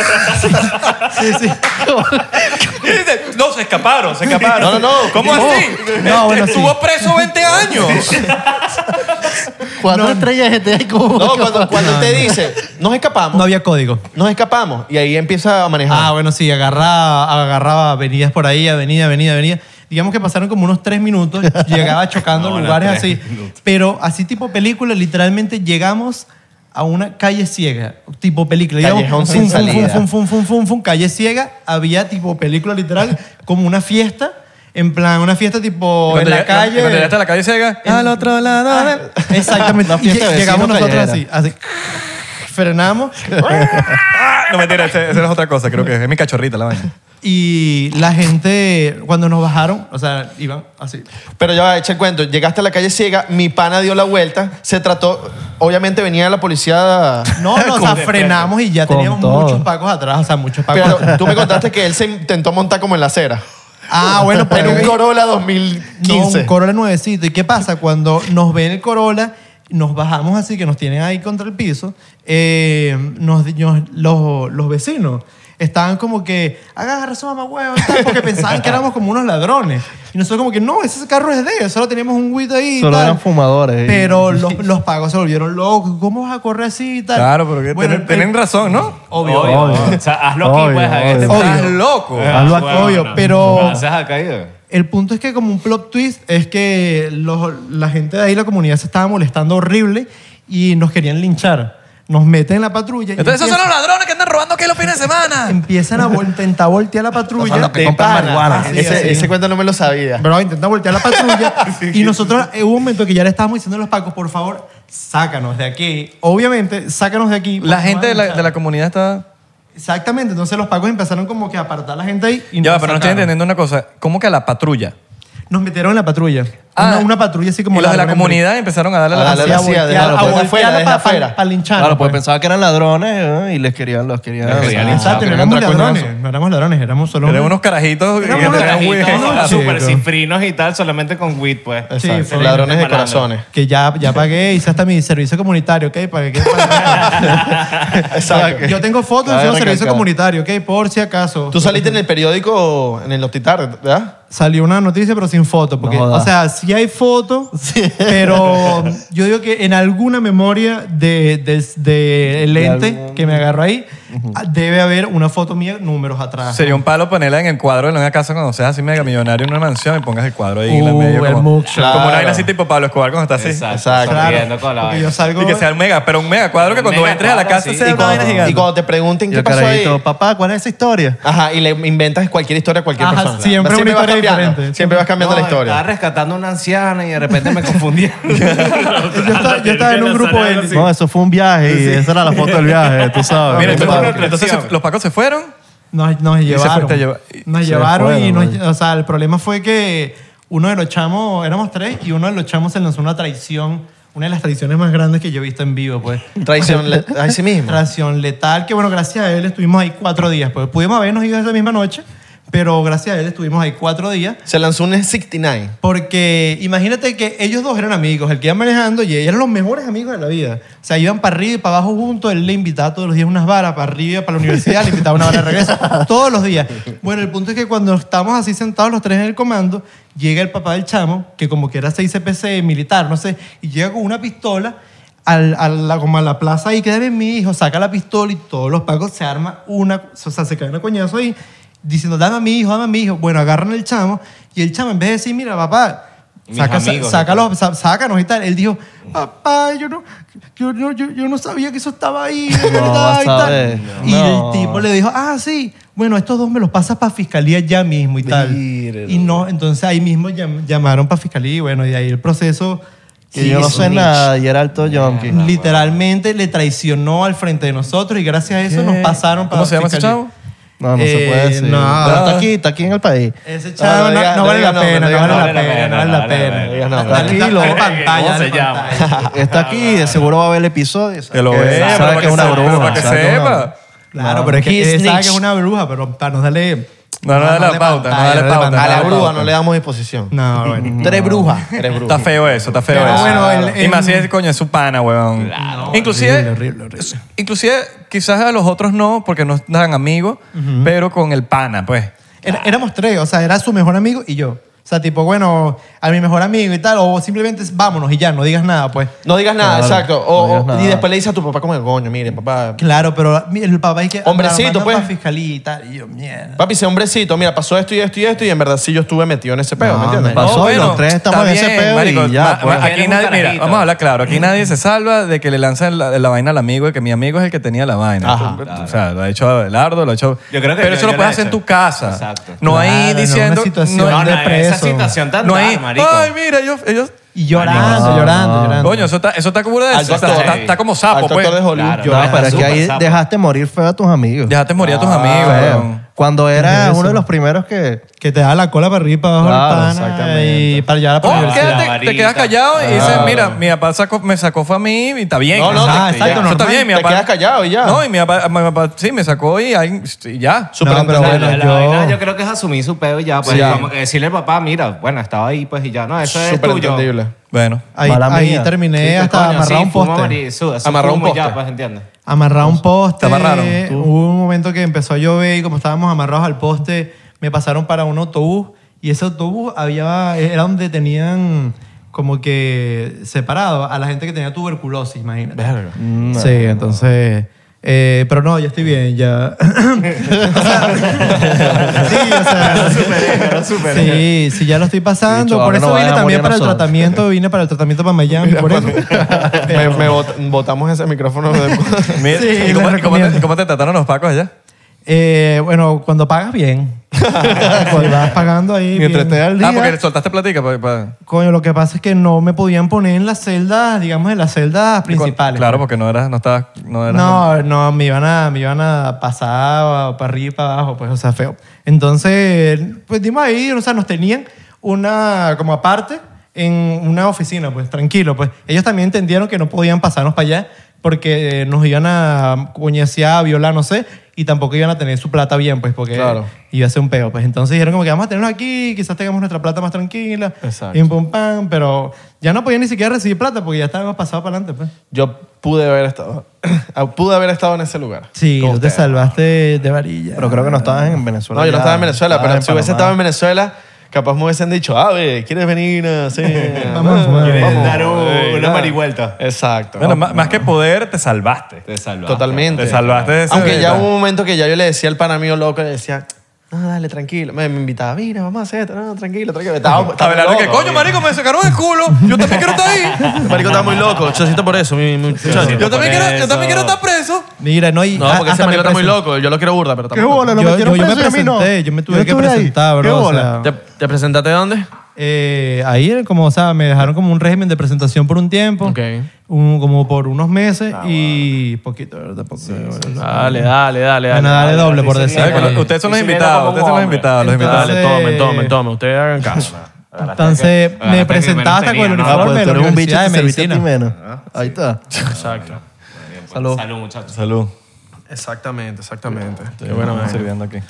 Y dice, no, se escaparon. No. ¿Cómo así? No, bueno, sí. Estuvo preso 20 años. 4 estrellas de GTA y como... No, cuando te dice, nos escapamos, No había código. nos escapamos. Y ahí empieza a manejar. Ah, bueno, sí, agarraba avenidas por ahí, avenida. Digamos que pasaron como unos 3 minutos, llegaba chocando lugares así. Pero así tipo película, literalmente llegamos a una calle ciega, tipo película. Digamos, Callejón sin salida. calle ciega, había tipo película literal, como una fiesta. En plan, una fiesta tipo en la calle. Cuando llegaste a la calle ciega, al otro lado del... Exactamente. Una fiesta de Llegamos vecinos nosotros callejera. así. Frenamos. No, mentira, esa es otra cosa, creo que es mi cachorrita la vaina. Y la gente, cuando nos bajaron, o sea, iban así. Pero ya va, echa el cuento. Llegaste a la calle ciega, mi pana dio la vuelta, se trató... Obviamente venía la policía... No, o sea, frenamos y ya Con teníamos todo. muchos pacos atrás, o sea, muchos pacos Pero atrás. tú me contaste que él se intentó montar como en la acera. Ah, bueno, pues... En un Corolla No, 2015. un Corolla nuevecito. ¿Y qué pasa? Cuando nos ven el Corolla, nos bajamos así, que nos tienen ahí contra el piso, los vecinos estaban como que, agarra su mamá huevo, porque pensaban que éramos como unos ladrones. Y nosotros como que, no, ese carro es de ellos, solo teníamos un güito ahí y Solo tal. eran fumadores. Pero los pagos se volvieron locos. ¿Cómo vas a correr así y tal? Claro, porque tienen razón, ¿no? Obvio. O sea, hazlo aquí, Obvio, pues. a este obvio. Estás loco. Hazlo aquí, obvio, pero- Haces acá y- El punto es que como un plot twist es que la gente de ahí, la comunidad se estaba molestando horrible y nos querían linchar. Nos meten en la patrulla. y Entonces esos son los ladrones que andan robando aquí los fines de semana. empiezan a intentar voltear la patrulla. Son los que De compran pana. marihuana. Así, ese, así. ese cuento no me lo sabía. Bro, intentan voltear la patrulla y nosotros hubo un momento que ya le estábamos diciendo a los pacos, por favor, sácanos de aquí. Obviamente, sácanos de aquí. La porque gente de nos van a la linchar. comunidad está... Exactamente, entonces los pacos empezaron como que a apartar a la gente ahí y Ya, nos pero no estoy sacaron. entendiendo una cosa. ¿Cómo que a la patrulla? Nos metieron en la patrulla. Ah, una patrulla así como y los de la ladrones, comunidad empezaron a darle A la darle así la a silla, voltear, claro, a desde afuera, voltearla desde afuera. para lincharnos. Claro, pues pues. pensaba que eran ladrones y les querían querían Exacto, no querían éramos entrar ladrones, coñazo. no éramos ladrones, éramos solo Eran unos carajitos Éramos que unos tenían carajitos. weed. No, Súper chico. cifrinos y tal, solamente con weed, pues. Exacto, fue ladrones de malandro. corazones. que ya pagué, hice hasta mi servicio comunitario, ¿ok? Pagué. Exacto. Yo tengo fotos Cabe de servicio recalcar. comunitario, ¿ok? Por si acaso. Tú saliste en el periódico, en el Notitar, ¿verdad? Salió una noticia, pero sin foto. Porque, No jodas. o sea, sí hay fotos, pero yo digo que en alguna memoria del ente algún- que me agarro ahí, debe haber una foto mía, números atrás. Sería un palo ponerla en el cuadro de una casa cuando seas así mega millonario en una mansión y pongas el cuadro ahí en la medio el como, mugshot. como una Claro. vaina así tipo Pablo Escobar cuando está así. Exacto. Sonriendo con la Porque vaina. yo salgo... Y que sea un mega, pero un mega cuadro que Un cuando mega entres a la cuadro, casa sí. sea Y una vaina cuando, gigante. y cuando te pregunten Yo qué pasó ahí, carajito, papá, ¿cuál es esa historia? ajá, y le inventas cualquier historia a cualquier Ajá, persona. siempre una vas historia cambiando, diferente. Siempre vas cambiando la Estaba historia. rescatando a una anciana y de repente me confundí. yo estaba en un grupo élite. No, eso fue un viaje y esa era la foto del viaje, tú sabes. Mira, Papá. entonces los pacos se fueron. Nos se fue, llevaron. te lleva- Nos se llevaron y fueron, o sea, el problema fue que uno de los chamos, éramos tres, y uno de los chamos se lanzó una traición, una de las traiciones más grandes que yo he visto en vivo, pues. Traición a sí mismo. Traición letal, que bueno, gracias a él estuvimos ahí 4 días, pues. Pudimos habernos ido esa misma noche, pero gracias a él estuvimos ahí 4 días. Se lanzó un 69. Porque imagínate que ellos dos eran amigos, el que iba manejando y ellos eran los mejores amigos de la vida. O sea, iban para arriba y para abajo juntos, él le invitaba todos los días unas varas, para arriba, para la universidad, le invitaba una vara de regreso, todos los días. Bueno, el punto es que cuando estamos así sentados los tres en el comando, llega el papá del chamo, que como que era 6 CPC militar, no sé, y llega con una pistola como a la plaza y queda bien mi hijo, saca la pistola y todos los pacos se arman o sea, se caen a coñazo ahí, diciendo, dame a mi hijo, dame a mi hijo. Bueno, agarran el chamo y el chamo en vez de decir, mira, papá, Mis amigos, sácanos y tal. Él dijo, papá, yo no sabía que eso estaba ahí, de No, verdad, vas y a tal. ver. Y No. el tipo le dijo, sí, bueno, estos dos me los pasas para fiscalía ya mismo y tal. Míralo. Y no, entonces ahí mismo llamaron para fiscalía y bueno, y ahí el proceso... Que yo no sé nada y era alto yonki. Literalmente le traicionó al frente de nosotros y gracias a eso nos pasaron para ¿Cómo se llama ese fiscalía. chavo? No, no se puede decir. no. Pero está aquí en el país. Ese chavo No, no vale la pena, no vale la pena, no vale la no pena. digas nada. Dale Tranquilo. pantalla, ¿Cómo se dale llama? pantalla. Está aquí, de seguro va a ver el episodio. Que lo vea, sabe que es una sepa, bruja. para que sabe que es una- sepa. Claro, pero es que He él sabe snitch. que es una bruja, pero para no darle... No, no dale la pauta, no dale pauta. A la no bruja pauta. no le damos disposición. No, bueno. Tú eres bruja. Eres bruja. Está feo eso, está feo Pero eso. bueno, y más si es, coño, es su pana, weón. Inclusive, horrible. inclusive, quizás a los otros no, porque no eran amigos, pero con el pana, pues. Éramos tres, o sea, era su mejor amigo y yo. O sea, tipo, bueno, a mi mejor amigo y tal, o simplemente vámonos y ya, no digas nada, pues. No digas nada, Claro, exacto. no digas nada. Y después le dices a tu papá como el coño, mire, papá. Claro, pero el papá es que... Hombrecito, pues. Para fiscalía y tal, y yo, mierda. Papi, sé hombrecito, mira, pasó esto y esto y esto y en verdad sí yo estuve metido en ese pedo, ¿me entiendes? me- Pasó y los tres estamos está en ese bien, peo y marico. ya, pues. Aquí Eres un nadie, mira, carajito. vamos a hablar claro. Aquí nadie se salva de que le lanzan la vaina al amigo y que mi amigo es el que tenía la vaina. Ajá. O sea, lo ha hecho Abelardo, lo ha hecho... Yo creo que pero yo- eso lo yo puedes lo he hacer en hecho. tu casa. Exacto. No Claro, ahí no, diciendo... una situación no, de esa preso. situación tan no ahí, marico. ay, mira, ellos... Y llorando, No, llorando, no. llorando. Coño, eso está como de Alto está, actor. está como sapo, Alto pues. actor de Hollywood. Claro. No, pero es que Súper ahí sapo. dejaste morir feo a tus amigos. Dejaste morir a tus amigos, Feo. weón. Cuando ¿Qué eras es eso? uno de los primeros que... Que te da la cola para arriba y para abajo Claro, el pana exactamente. y para llevar a la Oh, universidad. quédate, te varita. quedas callado y dices, Claro. mira, mi papá me sacó fue a mí y está bien. No, no, Ajá, te- exacto, ya. Eso está normal. bien, mi Te papá. quedas callado y ya. No, y mi papá sí me sacó y ya. Súper No, pero entendible. bueno, La vaina yo creo que es asumir su pedo y ya, pues Sí. como que decirle al papá, mira, bueno, estaba ahí pues y ya, no, eso es Súper tuyo. entendible. Bueno. Ahí Mala ahí mía. terminé Sí, hasta coño, amarrado sí, un fuma poste. marihuana, Amarrado un fumo y ya, poste. pues, ¿entiendes? amarrado a un poste. ¿Te amarraron? Hubo un momento que empezó a llover y como estábamos amarrados al poste, me pasaron para un autobús y ese autobús era donde tenían como que separado a la gente que tenía tuberculosis, imagínate. Verga. Sí, entonces... pero no, ya estoy bien, ya. Sí, ya lo estoy pasando. Bicho, por ahora eso no vine vayan a también morir para el nosotros. tratamiento. Vine para el tratamiento para Miami, por eso. Botamos ese micrófono de... Mira, Sí, ¿y les cómo recomiendo. cómo te trataron los pacos allá? Bueno, cuando pagas bien. Cuando vas pagando ahí. Mientras bien. te da el día. Ah, porque soltaste platica. Coño, lo que pasa es que no me podían poner en las celdas, digamos, en las celdas principales. Claro, pues. porque no eras... No, me iban a pasar para arriba y para abajo, pues, o sea, feo. Entonces, pues dimos ahí, o sea, nos tenían una, como aparte, en una oficina, pues, tranquilo, pues. Ellos también entendieron que no podían pasarnos para allá porque nos iban a coñasear, violar, no sé, y tampoco iban a tener su plata bien, pues, porque Claro. iba a ser un peo, pues. Entonces dijeron como que vamos a tenernos aquí, quizás tengamos nuestra plata más tranquila, Exacto. y pum, pam, pero ya no podían ni siquiera recibir plata porque ya estábamos pasados para adelante, pues. Yo pude haber estado en ese lugar. Sí, Con tú te ustedes. salvaste de varilla. Pero creo que no estabas en Venezuela. No, yo no ya. estaba en Venezuela, Estabas pero en si hubiese Panamá. estado en Venezuela, capaz me hubiesen dicho, ¿quieres venir a hacer? Vamos a fumar. ¿Quieres dar una nada. marihuelta? Exacto. Bueno, más que poder, te salvaste. Te salvaste. Totalmente. Te salvaste de ese... Aunque ya hubo un momento que ya yo le decía al pana mío loco, le decía, no, dale, tranquilo. Me invitaba, mira, vamos a hacer esto. No, tranquilo. Estaba Abelardo, que loco. coño, marico, me sacaron el culo. Yo también quiero estar ahí. El marico estaba muy loco. Chocito por eso, mi muchacho. Yo también quiero estar preso. Mira, no, y No, porque ese hasta marico me está muy presen- loco. Yo lo quiero burda, pero ¿Qué tampoco. bola? Lo Yo metieron me preso y a mí no. presenté, yo me tuve que estuve ahí. presentar, bro. ¿Qué o bola? sea, ¿Te presentaste dónde? ahí como, o sea, me dejaron como un régimen de presentación por un tiempo, Ok. como por unos meses y poquito, ¿verdad? Dale. Bueno, dale doble por decir. ¿Sabes? Ustedes son los invitados. Ustedes son los invitados. Los invitados. Entonces- tomen. Ustedes hagan caso. Entonces me presentaste con el menos Ah, uniforme pues de tú la eres un bicho Universidad que de serviste a ti Medicina. menos. Ahí está. Exacto. Salud. Salud, muchachos. Salud. Exactamente. Qué bueno, me sirviendo aquí.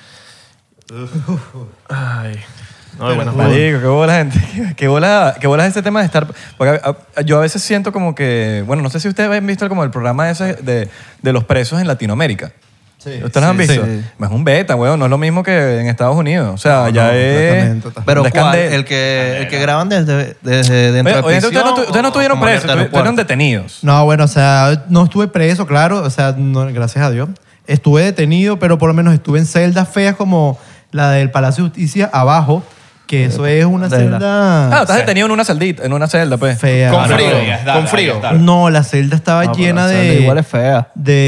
Ay. No, bueno, Marico, qué bola, gente. Qué bola ese tema de estar... Porque yo a veces siento como que... Bueno, no sé si ustedes han visto como el programa ese de los presos en Latinoamérica. Sí. ¿Ustedes lo han visto? sí. Es un beta, weón. No es lo mismo que en Estados Unidos. O sea, ya es... completamente. Pero es ¿cuál? candela. El que graban desde dentro de Oye, prisión. ustedes no estuvieron o en el presos, aeropuerto? estuvieron detenidos. No, bueno, o sea, no estuve preso, claro, o sea, gracias a Dios. Estuve detenido, pero por lo menos estuve en celdas feas como la del Palacio de Justicia abajo, que eso es una celda Ah, estás detenido en una celda, pues. fea. Con frío. Dale, Con frío. dale. No, la celda estaba No, pero llena la celda de, igual es fea.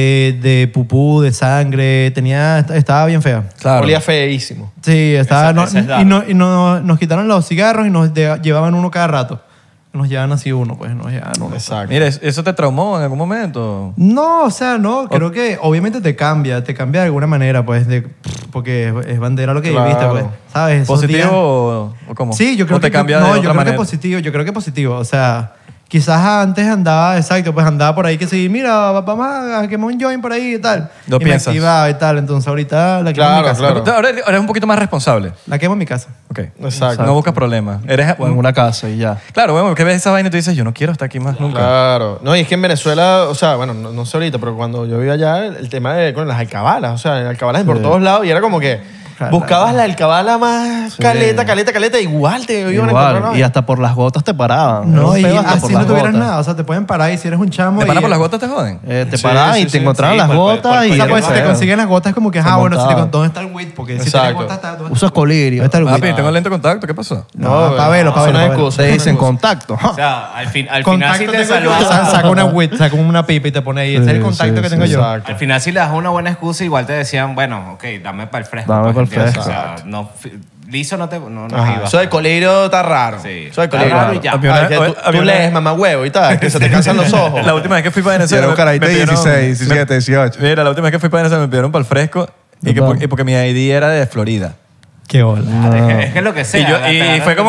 de pupú, de sangre, estaba bien fea. Claro. Olía feísimo. Sí, estaba, Esa es nos quitaron los cigarros y nos llevaban uno cada rato. Nos llevaban así uno, pues nos llevaban uno. Exacto. Mira, ¿eso te traumó en algún momento? No, o sea, no, creo que obviamente te cambia de alguna manera, pues, porque es bandera lo que Claro. viviste, pues, ¿sabes? Esos ¿Positivo días- o cómo? Sí, yo creo ¿O te que cambia no, de yo otra creo manera? que positivo, yo creo que positivo, o sea, quizás antes andaba, exacto, pues andaba por ahí que sí, mira, vamos a quemar un joint por ahí y tal. Lo y me piensas. activaba y tal, entonces ahorita la quemo en mi Claro, casa. claro. Ahora eres un poquito más responsable. La quemo en mi casa. Ok. Exacto. No buscas problemas. Eres... O en una casa y ya. Claro, bueno, que ves esa vaina y tú dices, yo no quiero estar aquí más nunca. Claro. No, y es que en Venezuela, o sea, bueno, no sé ahorita, pero cuando yo vivía allá, el tema de con las alcabalas, o sea, alcabalas por todos lados y era como que Claro. buscabas la alcabala más caleta, igual te iban a encontrar. Igual. ¿no? Y hasta por las gotas te paraban. No, Era un y peo hasta por así no las tuvieras gotas. nada, o sea, te pueden parar y si eres un chamo. ¿Te y- paran por las gotas te joden? Te Sí, paraban sí, y sí, te encontraban sí, las gotas O y sea, era pues si te feo. consiguen las gotas es como que, Se bueno, montaban. ¿dónde está el weed? Porque si Exacto. tienes gotas, ¿dónde está? Usas colirio. ¿Dónde está el weed? Papi, tengo lento contacto. ¿Qué pasó? No, pa' verlo, pa' eso no es verlo. excusa. Te dicen contacto. O sea, al final sí Contacto te tengo yo. salvas. Saca una weed, saca una pipa y te pone ahí. Ese es el contacto que tengo yo. Exacto. Al final, si le das una buena excusa, igual te decían, bueno, ok, dame para el fresco. Dame pues, pa'l ¿entiendes? fresco. O sea, no, liso no Ajá. iba. Eso de colirio está raro. Sí. Eso de Está colirio. raro y ya. Ay, que tú lees mamá huevo y tal, que se te cansan los ojos. La última vez que fui para Venezuela... Era un carajito de 16, 17, 18. Mira, la última vez que fui para Venezuela me pidieron para el fresco y porque mi ID era de Florida. Qué hola. Es que es lo que sea. Y fue como que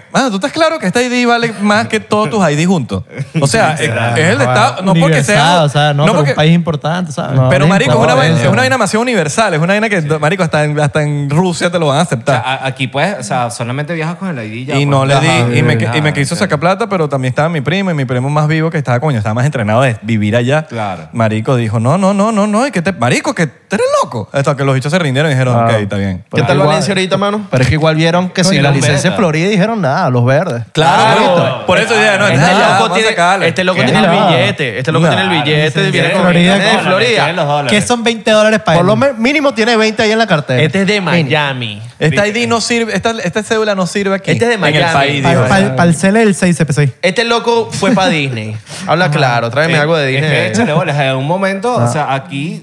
tú estás claro que esta ID vale más que todos tus ID juntos. O sea, es el Estado, no porque sea... O sea, no, pero porque, un país importante, ¿sabes? No, pero, marico, es una importa. vaina demasiado universal. Es una vaina que, marico, hasta en Rusia te lo van a O aceptar. sea, aquí puedes, o sea, solamente viajas con el ID ya. Y pues. no le Ajá, di, y me ajá, quiso sí. sacar plata, pero también estaba mi primo, y mi primo más vivo que estaba, estaba más entrenado de vivir allá. Claro. Marico dijo, no, y que marico, que tú eres loco. Hasta que los bichos se rindieron y dijeron, Ah. ok, está bien. ¿Qué tal Valencia ahorita, mano? Pero es que igual vieron que si Oye, la los licencia verdes. Florida y dijeron nada, los verdes. Claro, por eso dije, no, Este ya, loco vamos a tiene, sacarle. este loco ¿Qué? tiene el Claro. billete. Este loco Claro, tiene el billete. sí, Viene sí, con Florida, viene de dólares, Florida. tiene los dólares. Que son $20 para Por él. lo mínimo tiene 20 ahí en la cartera. Este es de Miami. Esta ID no sirve, esta cédula no sirve aquí. Este es de en Miami. el país, dijo. Para el CEL el 6CP6. Este loco fue para Disney. Habla claro, tráeme algo de Es que, Disney. échale bolas, en un momento, o sea, aquí,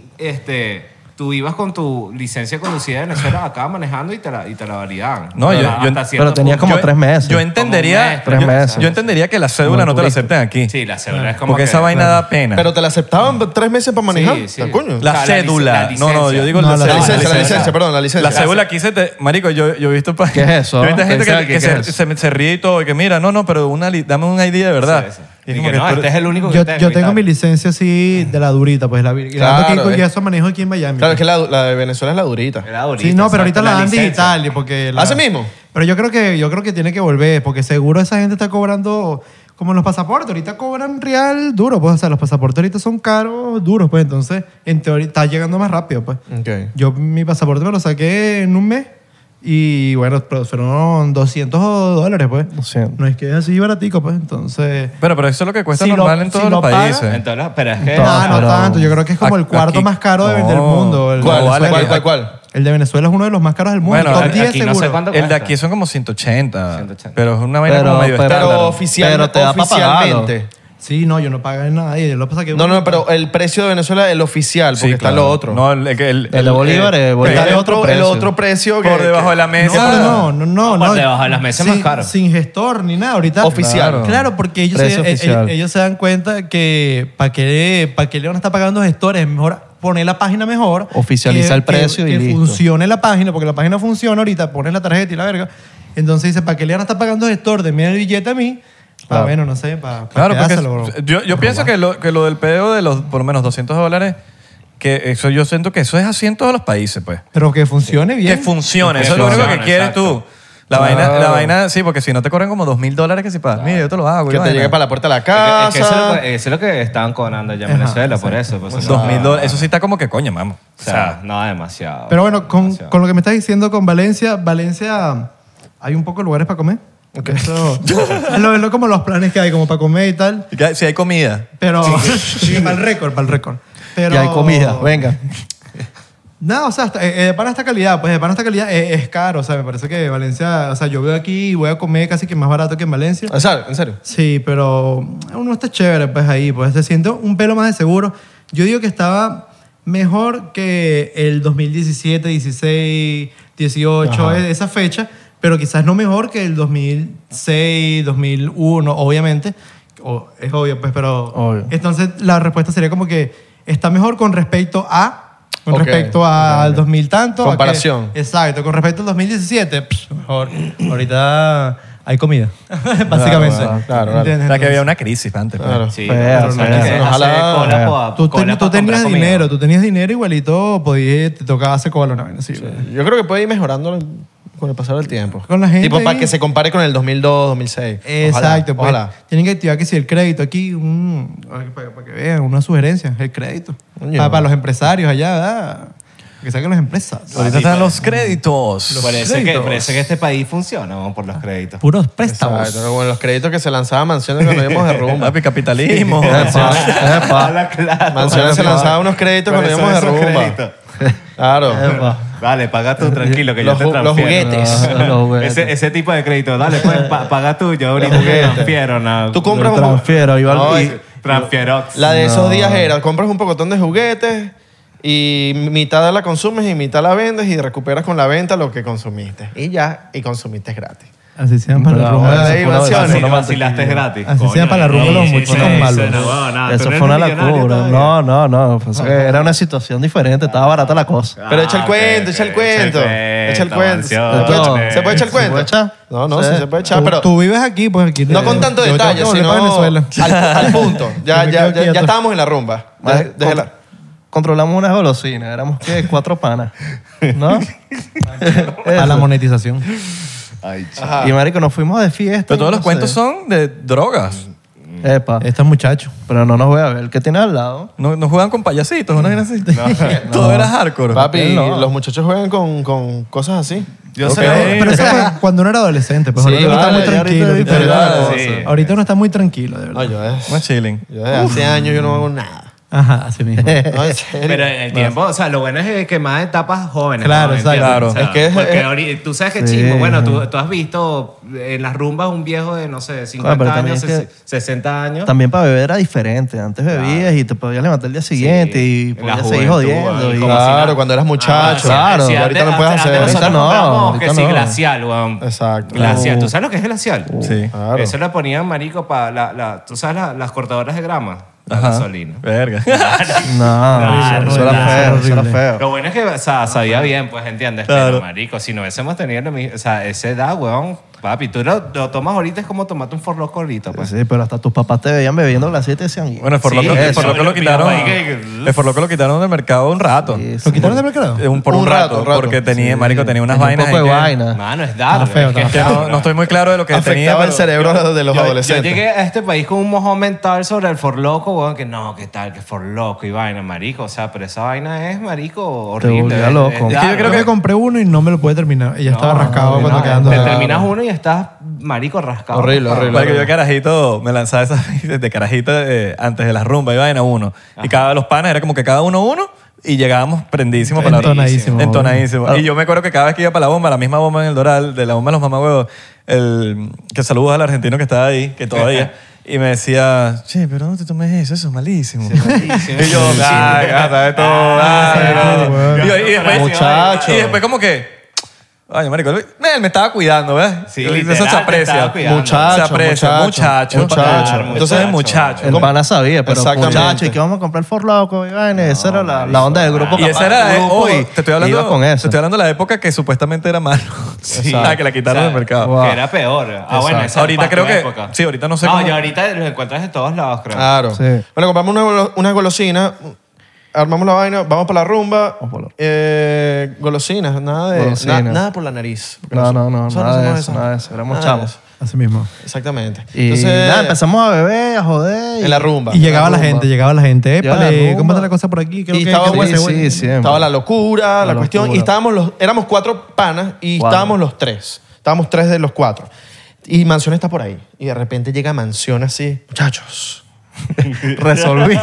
tú ibas con tu licencia de conducir de Venezuela acá manejando y te la validaban. No, yo- Hasta yo- cierto pero tenía punto. como 3 meses. Yo entendería, Como un mes, 3 meses. yo entendería que la cédula Como no te la turista. acepten aquí. Sí, la cédula es como Porque que- esa vaina da pena. Pero te la aceptaban 3 meses para manejar. Sí, sí. ¿Tal coño? La O sea, cédula. la No, no, yo digo No, la la cédula. licencia, la licencia. licencia, perdón, la licencia. La cédula aquí marico, yo he visto... ¿Qué es eso? Yo he visto gente Pensaba que que se, ¿qué es? se ríe y todo, y que mira, no, pero dame un ID de verdad. Sí, sí. Y es Y como que que no, tú- este es el único que Yo tengo. tengo mi licencia así de la durita, pues la Claro, aquí con es- eso manejo aquí en Miami. Claro, es que la de Venezuela es la durita. Sí, no, pero ahorita la dan digital. Y porque ¿Hace mismo? Pero yo creo que tiene que volver, porque seguro esa gente está cobrando como en los pasaportes. Ahorita cobran real duro, pues, o sea, los pasaportes ahorita son caros, duros, pues, entonces, en teoría, está llegando más rápido, pues. Ok. Yo mi pasaporte me lo saqué en un mes y, bueno, pero fueron $200, pues. 200. No es que es así baratico, pues, entonces... Pero eso es lo que cuesta Si lo- normal en todos si los lo pagas, países. Entonces, pero es que... No, no pero- tanto. Yo creo que es como el cuarto Aquí- más caro del no. mundo. El de ¿Cuál? Venezuela. ¿Cuál? El de Venezuela es uno de los más caros del mundo. Bueno, Top 10 aquí no seguro. sé cuánto El de cuesta. aquí son como 180. 180. Pero es una vaina Pero- como medio pero- estándar. Pero Pero te da pa' oficialmente. Sí, no, yo no pagué nadie. Yo lo saqué. No, pero el precio de Venezuela es el oficial, porque Sí, está claro. lo otro. No, El de Bolívar es Bolívar. Está es otro el precio. otro precio que... por debajo de la No, mesa. pero no. por debajo de las mesas es más caro. Sin gestor ni nada. Ahorita. Oficial. Claro, porque ellos Precio oficial. ellos se dan cuenta que para qué León está pagando gestores, es mejor poner la página mejor. Oficializar el precio y que listo. funcione la página, porque la página funciona ahorita, pones la tarjeta y la verga. Entonces dice, ¿para qué León está pagando gestor? Denme el billete a mí. Claro. Bueno, no sé, para Claro, porque quedárselo. yo pienso que lo del pedo de los, por lo menos $200, que eso yo siento que eso es así en todos los países, pues. Pero que funcione bien. Que funcione, Que eso es lo único que funcione, quieres exacto. tú. La vaina, sí, porque si no te corren como $2,000 que si pagas. Mira, yo te lo hago. Que y te vaina. llegue para la puerta de la Es casa. que eso es lo que estaban cobrando allá en Ajá, Venezuela, por eso. Pues, o sea, $2,000, eso sí está como que coño, mamá. O sea, no, demasiado. Pero bueno, demasiado. con lo que me estás diciendo con Valencia hay un poco de lugares para comer. Eso, es lo como los planes que hay, como para comer y tal. Si hay comida. Pero para el récord. Pero, Ya hay comida, venga. No, o sea, de pana esta calidad, pues de pana esta calidad es caro. O sea, me parece que Valencia, o sea, yo veo aquí y voy a comer casi que más barato que en Valencia. ¿En serio? Sí, pero uno está chévere, pues ahí, pues se siente un pelo más de seguro. Yo digo que estaba mejor que el 2017, 16, 18, Ajá. esa fecha, pero quizás no mejor que el 2006, 2001, obviamente. Es obvio, pues, pero... Obvio. Entonces, la respuesta sería como que está mejor con respecto a... Con Ok. respecto al 2000 tanto. a que- Comparación. exacto, con respecto al 2017, mejor. Ahorita hay comida, básicamente. claro. ¿Entiendes? O sea, que había una crisis antes. pues. Claro. Sí, Fea, pero no fea. te quedes Ojalá- hacer cola pa- Tú, cola tú pa' tenías comprar dinero, comida. tú tenías dinero igualito, te tocaba hacer cola una vez. Yo creo que puede ir mejorando con el pasar del tiempo. Con la gente Tipo, para ahí. que se compare con el 2002, 2006. Exacto, pues. Ojalá. Tienen que activar que si el crédito aquí, para que vean, una sugerencia, el crédito. Coño. Para los empresarios allá, ¿verdad? Que saquen los empresas. Ahorita están los créditos. Parece que este país funciona, vamos, por los créditos. Puros préstamos. Exacto, como los créditos que se lanzaban mansiones cuando íbamos de rumba. Papi, capitalismo. Habla claro. Mansiones se lanzaban unos créditos cuando íbamos de rumba. Claro. Dale, paga tú, tranquilo, que Los yo te ju- los transfiero. juguetes. Los juguetes. Ese tipo de crédito, dale, pues, paga tú, yo ahorita te transfiero. No. Tú compras Lo un transfiero, igual. No, y- Transfierox. La de esos días era, compras un pocotón de juguetes y mitad la consumes y mitad la vendes y recuperas con la venta lo que consumiste. Y ya, y consumiste gratis. Así se llaman para la Bravo. rumba. Ahí, vacaciones. Si lo vacilaste gratis. Así se llama para la rumba los muchachos malos. Eso fue una locura. No. Pues, era una situación diferente. Estaba barata la cosa. Pero echa el cuento, echa el cuento. Echa el cuento. ¿Se puede echar el cuento? puede echar? No, Sí. sí se puede echar, pero Tú vives aquí, pues aquí. no con tanto yo tengo detalle, que volver sino para Venezuela. al punto. Ya Me quedo quieto. estábamos en la rumba. Controlamos unas golosinas. Éramos, ¿qué? 4 panas. ¿No? A la monetización. Ajá. Y, marico, nos fuimos de fiesta. Pero todos y los no cuentos sé. son de drogas. Epa. Estos muchachos. Pero no nos voy a ver. El que tiene al lado. No juegan con payasitos, ¿no? Así. Todo era hardcore. Papi, Él no. los muchachos juegan con cosas así. Yo Ok. sé. Pero eso fue cuando uno era adolescente. Pues Sí, ahorita uno está vale, muy ya tranquilo. ahorita ahorita- verdad, sí. Ahorita uno está muy tranquilo, de verdad. No, yo Más chilling. desde hace años yo no hago nada. Ajá, así mismo. No, en serio. Pero en el tiempo, o sea, lo bueno es que más etapas jóvenes. Claro, ¿no? exacto. ¿Entiendes? Claro. O sea, Es que es- porque es- ahorita, tú sabes que Sí. chingo. Bueno, tú has visto en las rumbas un viejo de, no sé, 50 pero también años, es que- 60 años. También para beber era diferente. Antes bebías y te podías levantar el día siguiente y en la podías seguir juventud, jodiendo. ahí, y- como Claro, si cuando eras muchacho. claro. Y ahorita no puedes hacer Antes eso. nosotros no, compramos ahorita que sí, no. glacial, weón. Exacto. Glacial. ¿Tú sabes lo que es glacial? Sí. Claro. Eso le ponían, marico, para ¿tú sabes las cortadoras de grama? La Ajá. gasolina. Verga. No, Claro, eso era claro, feo, eso era horrible. feo. Lo bueno es que, o sea, sabía bien, pues, ¿entiendes? Claro. Pero, marico, si no hubiésemos tenido lo mismo, o sea, esa edad, weón, papi, tú lo tomas ahorita es como tomarte un forloco ahorita, pues. Sí, pero hasta tus papás te veían bebiendo glacial y te decían... Bueno, el Forloco Sí, el Forloco eso, lo quitaron. ahí que- El Forloco lo quitaron del mercado un rato. Sí, ¿Lo quitaron del mercado? Por un Un rato, rato. porque tenía, marico, tenía unas tenía vainas un poco ahí de que- vaina. Mano, es dark. Está feo, es que- está que no estoy muy claro de lo que tenía. Afectaba el pero- cerebro de los Yo adolescentes. llegué a este país con un mojón mental sobre el forloco, weón, que no, que tal, que forloco y vaina, marico. O sea, pero esa vaina es, marico, horrible. volvía loco. Es que yo creo que- me compré uno y no me lo pude terminar. Y ya estaba rascado cuando quedando. Te terminas uno y estás, marico, rascado. Horrible, horrible. Marico, yo de carajito me lanzaba esas de carajito antes de las rumbas, iba en uno. Y cada los panas era como que cada uno y llegábamos prendísimos para Entonadísimo. Entonadísimo. Y yo me acuerdo que cada vez que iba para la misma bomba en el Doral, de la bomba de los mamagüevos, que saludos al argentino que estaba ahí, que todavía, y me decía, che, pero no te tomes eso es malísimo. Y yo, ay, gata de todo, ay, no. Y después, Muchacho. y después como que, ay, marico, él me estaba cuidando, ¿ves? Sí, Eso literal, se te aprecia. estaba cuidando. Muchacho, Se aprecia, muchacho. muchacho. Entonces, Muchacho. muchacho. El pana sabía, pero Exactamente. muchachos, ¿y qué vamos a comprar For Loco? Y vaina, esa era la onda del grupo. Y esa capaz, era, el grupo, ojo, y te estoy hablando, iba con te eso. estoy hablando de la época que supuestamente era malo. Sí. Que la quitaron del mercado. Wow. Que era peor. Ah, bueno, esa Ahorita es creo tu que- época. sí, ahorita no sé No, cómo- y ahorita los encuentras en todos lados, creo. Claro. Sí. Bueno, compramos una golosina, armamos la vaina, vamos para la rumba. Golosinas, nada de Golosinas. nada por la nariz. Porque No, nosotros nada hacemos de eso, nada de eso. Éramos Nada de chamos. eso. Así mismo. Exactamente. Y Entonces, nada, empezamos a beber, a joder. en la rumba. Y llegaba la rumba. gente, Llegaba la Épale, rumba. ¿cómo está la cosa por aquí? Creo Y que- estaba que- bueno, sí, siempre. Estaba la locura, la cuestión. locura. Y éramos 4 panas y Cuatro. estábamos los 3. Estábamos 3 de los 4. Y Mansión está por ahí. Y de repente llega Mansión así. Muchachos. Resolví.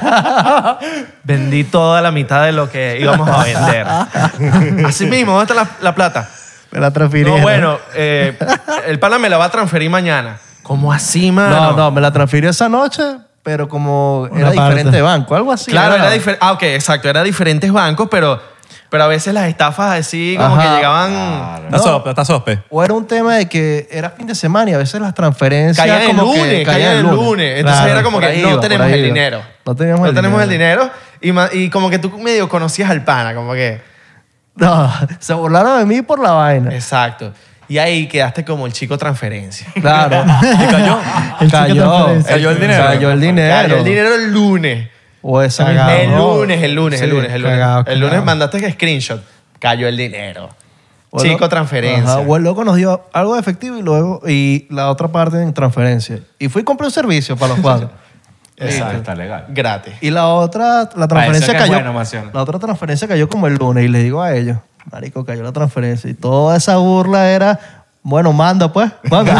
Vendí toda la mitad de lo que íbamos a vender. Así mismo, ¿dónde está la plata? Me la transfirieron. No, bueno, el pana me la va a transferir mañana. ¿Cómo así, mano? No, me la transfirió esa noche, pero como Una era parte. diferente banco, algo así. Claro, era diferente. Ah, ok, exacto. Era diferentes bancos, pero a veces las estafas así como Ajá. que llegaban... Está sospe. O era un tema de que era fin de semana y a veces las transferencias Caían el como que lunes, caían el lunes. Entonces Claro, era como por que ahí no iba, tenemos por ahí el iba. dinero. No teníamos el dinero. Y como que tú medio conocías al pana, como que... No, se burlaron de mí por la vaina. Exacto. Y ahí quedaste como el chico transferencia. Claro. Y cayó. Cayó el dinero. Cayó el dinero. Cayó el dinero el lunes. O esa Cagado. misma- El no. lunes. Sí, El lunes cagado. mandaste que screenshot. Cayó el dinero. O Chico lo- transferencia. Ajá, o el loco nos dio algo de efectivo y la otra parte en transferencia. Y fui y compré un servicio para los 4. Exacto. Está legal. Gratis. Y la otra, la transferencia que es cayó. bueno, Mansión. La otra transferencia cayó como el lunes y le digo a ellos, marico, cayó la transferencia. Y toda esa burla era, bueno, manda pues. Manda.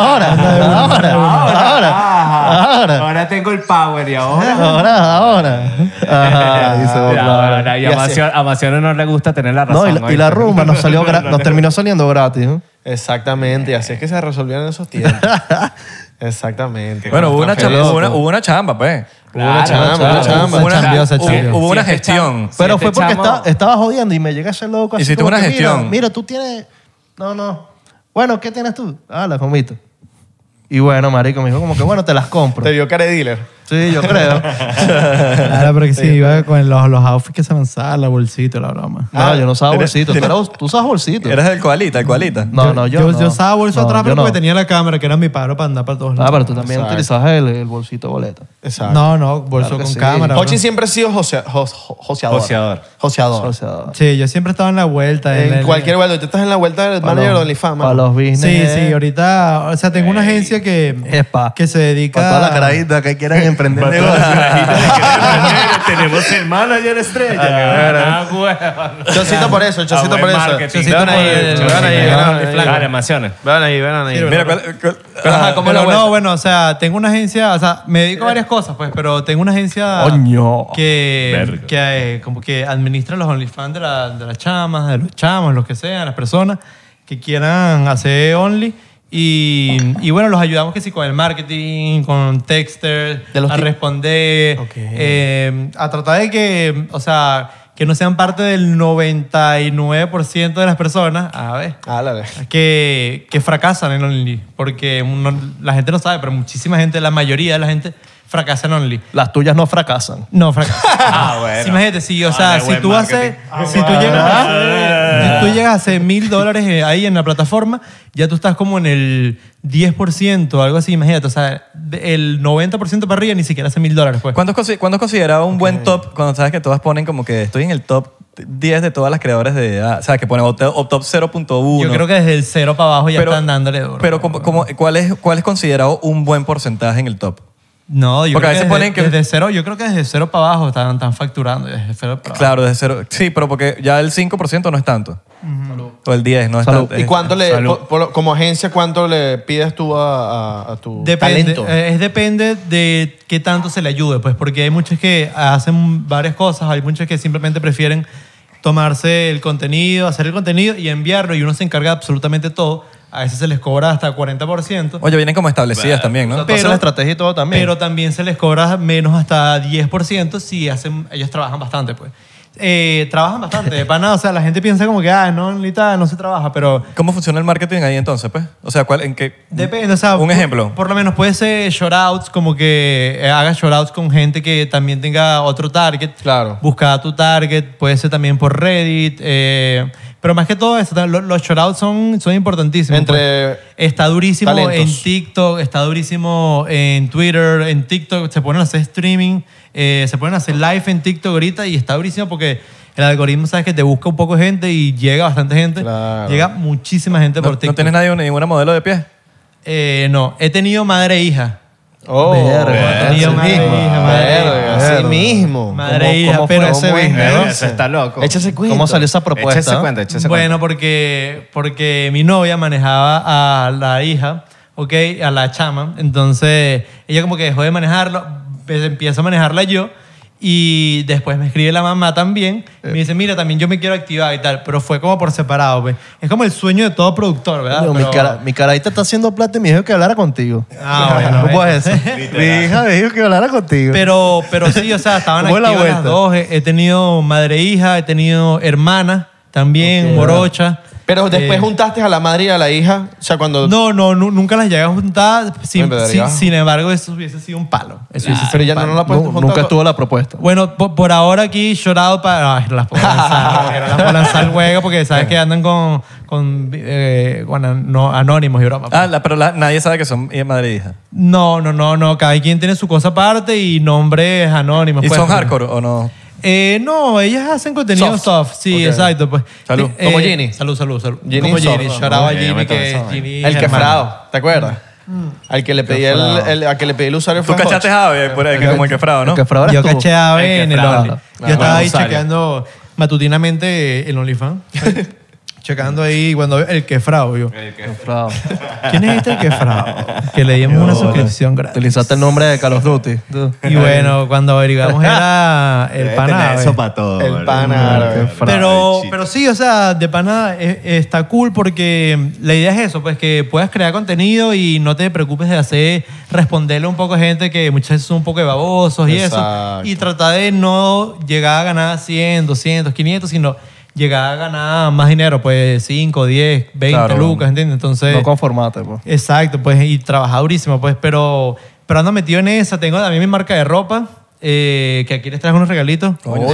Ahora. Ahora tengo el power y ahora. Ahora. Ajá, y se burlaron. Y a Mansión no le gusta tener la No, razón. y la rumba nos salió nos terminó saliendo gratis. ¿no? Exactamente. Y así es que se resolvían esos tiempos. Exactamente. Bueno, hubo una chamba, pues. Hubo una chamba, Se chambeó, se chambeó. Hubo una Si este gestión. chamo- Pero Si fue este porque chamo- estaba jodiendo y me llega ese loco así Hiciste como una que, gestión. Mira, tú tienes... No. Bueno, ¿qué tienes tú? Ah, las gomitas. Y bueno, marico, me dijo como que, bueno, te las compro. Te vio cara de dealer. Sí, yo creo. Claro, pero que sí, iba con los outfits que se lanzaban, la bolsita, la broma. No, yo no usaba ¿Tienes- bolsito. Tú usas bolsito. Eres el koalita, el koalita. No, yo no. Yo usaba bolso No, atrás, yo pero no. porque tenía la cámara, que era mi paro para andar para todos lados. Ah, pero tú también Exacto. utilizabas el bolsito boleta. Exacto. No, bolso Claro que con sí. cámara. Hochi bro. siempre ha sido joseador. Joseador. Joseador. O sea, Sí, yo siempre estaba en la vuelta. En cualquier vuelta. Tú estás en la vuelta del manager de OnlyFans. para mano. los business. Sí, sí, ahorita, o sea, tengo una agencia que se dedica Para toda la carajita que quieran emprender Para todas negocios. las carajitas que quieren emprender, tenemos el manager estrella. Ah, huevón. Chocito por eso, chocito buen por eso. marketing. Vean ahí, vean ahí, vean ahí. Dale, emociones. Vean ahí, vean ahí. Mira, Pero, ajá, ¿cómo pero la vuelta? no, bueno, o sea, tengo una agencia, o sea, me dedico a varias cosas, pues, pero tengo una agencia Coño. que como que administra los OnlyFans de las chamas, de los chamos, los que sean, las personas que quieran hacer Only. Y bueno, los ayudamos que sí con el marketing, con texter, De los a responder, Ok. a tratar de que, o sea, que no sean parte del 99% de las personas, a ver, Álale. que fracasan en Only. Porque la gente no sabe, pero muchísima gente, la mayoría de la gente fracasa en Only. Las tuyas no fracasan. No, fracasan. Ah, bueno. Sí, imagínate, sí, o sea, Vale, si buen tú haces, marketing. si tú llegas a hacer $1,000 ahí en la plataforma, ya tú estás como en el 10%, algo así, imagínate, o sea, el 90% para arriba ni siquiera hace $1,000, pues. ¿Cuándo es considerado un buen top cuando sabes que todas ponen como que estoy en el top 10 de todas las creadoras de... o sea, que ponen o top 0.1? Yo creo que desde el 0 para abajo ya Pero- están dándole duro. Pero ¿cuál es considerado un buen porcentaje en el top? No, yo Porque creo a veces que ponen que- desde cero, yo creo que desde 0 para abajo están facturando, desde 0 para abajo. Claro, desde cero. Sí, pero porque ya el 5% no es tanto. O el 10 no es Salud. tanto. ¿Y cuánto le, Salud. como agencia, cuánto le pides tú a tu Depende, talento? depende de qué tanto se le ayude, pues, porque hay muchos que hacen varias cosas, hay muchos que simplemente prefieren tomarse el contenido, hacer el contenido y enviarlo y uno se encarga de absolutamente todo. A veces se les cobra hasta 40%. Oye, vienen como establecidas también, ¿no? Pero la estrategia y todo también. Pero también se les cobra menos hasta 10% si ellos trabajan bastante, pues. Trabajan bastante, de pana, o sea, la gente piensa como que, no, no se trabaja, pero ¿Cómo funciona el marketing ahí entonces, pues? O sea, ¿en qué? depende, o sea, Un ejemplo. Por lo menos puede ser shoutouts, como que hagas shoutouts con gente que también tenga otro target. Claro. Busca tu target, puede ser también por Reddit. Pero más que todo eso, los shoutouts son importantísimos. Entre pues. Está durísimo talentos. en TikTok, está durísimo en Twitter, en TikTok. Se ponen a hacer streaming, se ponen a hacer live en TikTok ahorita y está durísimo porque el algoritmo, sabes que te busca un poco de gente y llega bastante gente. Claro. Llega muchísima gente por ¿No TikTok. tienes ninguna modelo de pie? No, he tenido madre e hija. Oh, Verga, He tenido así madre e mismo. hija, madre e hija. verga, así mismo. Madre e hija, ¿Cómo pero fue ese ¿cómo es business? eso? Eso está loco. Échase cuento. ¿Cómo salió esa propuesta? Échese cuenta, échese Bueno, cuenta. porque mi novia manejaba a la hija, ¿ok? A la chama. Entonces, ella como que dejó de manejarlo, empieza a manejarla yo. Y después me escribe la mamá también. Me dice, mira, también yo me quiero activar y tal. Pero fue como por separado, pues. Es como el sueño de todo productor, ¿verdad? Coño, Pero- mi carajita está haciendo plata y me dijo que hablara contigo. Ah, bueno, ¿Cómo es eso? bueno. Mi hija me dijo que hablara contigo. Pero sí, o sea, estaban ¿Cómo es la activas las vuelta? dos. He tenido madre e hija, he tenido hermana también, Ok. morocha. Pero después juntaste a la madre y a la hija. O sea, cuando. No, nunca las llegué a juntar. Bueno, pero digamos. Sin embargo, eso hubiese sido un palo. Eso hubiese sido pero un ya palo. no la puedes juntar. Nunca estuvo la propuesta. Bueno, por ahora aquí llorado para... No las puedo lanzar, no las puedo lanzar luego porque sabes que andan con anónimos y broma. pues. Pero nadie sabe que son madre e hija. No. Cada quien tiene su cosa aparte y nombres anónimos. ¿Y pues. son hardcore o no? No, ellas hacen contenido soft. Sí, Ok. exacto. Pues. Salud. Como Ginny. Salud. Ginny Como soft. Ginny. Shout out a Ok, Ginny, me tomo que esa vaina. Ginny El es quefrado, ¿te acuerdas? Al que le pedí al que le pedí el usuario Tú fue cachaste Hodge. a Javi por ahí, que como el quefrado, ¿no? El que fuera Yo eras tú. caché a Ave El en el quefrado. Only. Yo Claro. estaba ahí Rosario. chequeando matutinamente el OnlyFans. Checando ahí cuando el quefrao yo. Quefrado. ¿Quién es este el quefrao? Que le dimos una suscripción gratis. Utilizaste el nombre de Call of Duty. Tú. Y bueno, cuando averiguamos era el Debe pana. tener Ave. eso para todo. El ¿verdad? pana árabe. Pero sí, o sea, de pana está cool porque la idea es eso, pues que puedas crear contenido y no te preocupes de responderle un poco a gente que muchas veces son un poco de babosos y eso. Exacto. Y tratar de no llegar a ganar 100, 200, 500, sino llegar a ganar más dinero, pues 5, 10, 20 Claro. lucas, ¿entiendes? Entonces, No conformate, pues. exacto, pues, y trabajar durísimo, pues, pero ando metido en esa. Tengo también mi marca de ropa, que aquí les traigo unos regalitos. Coño.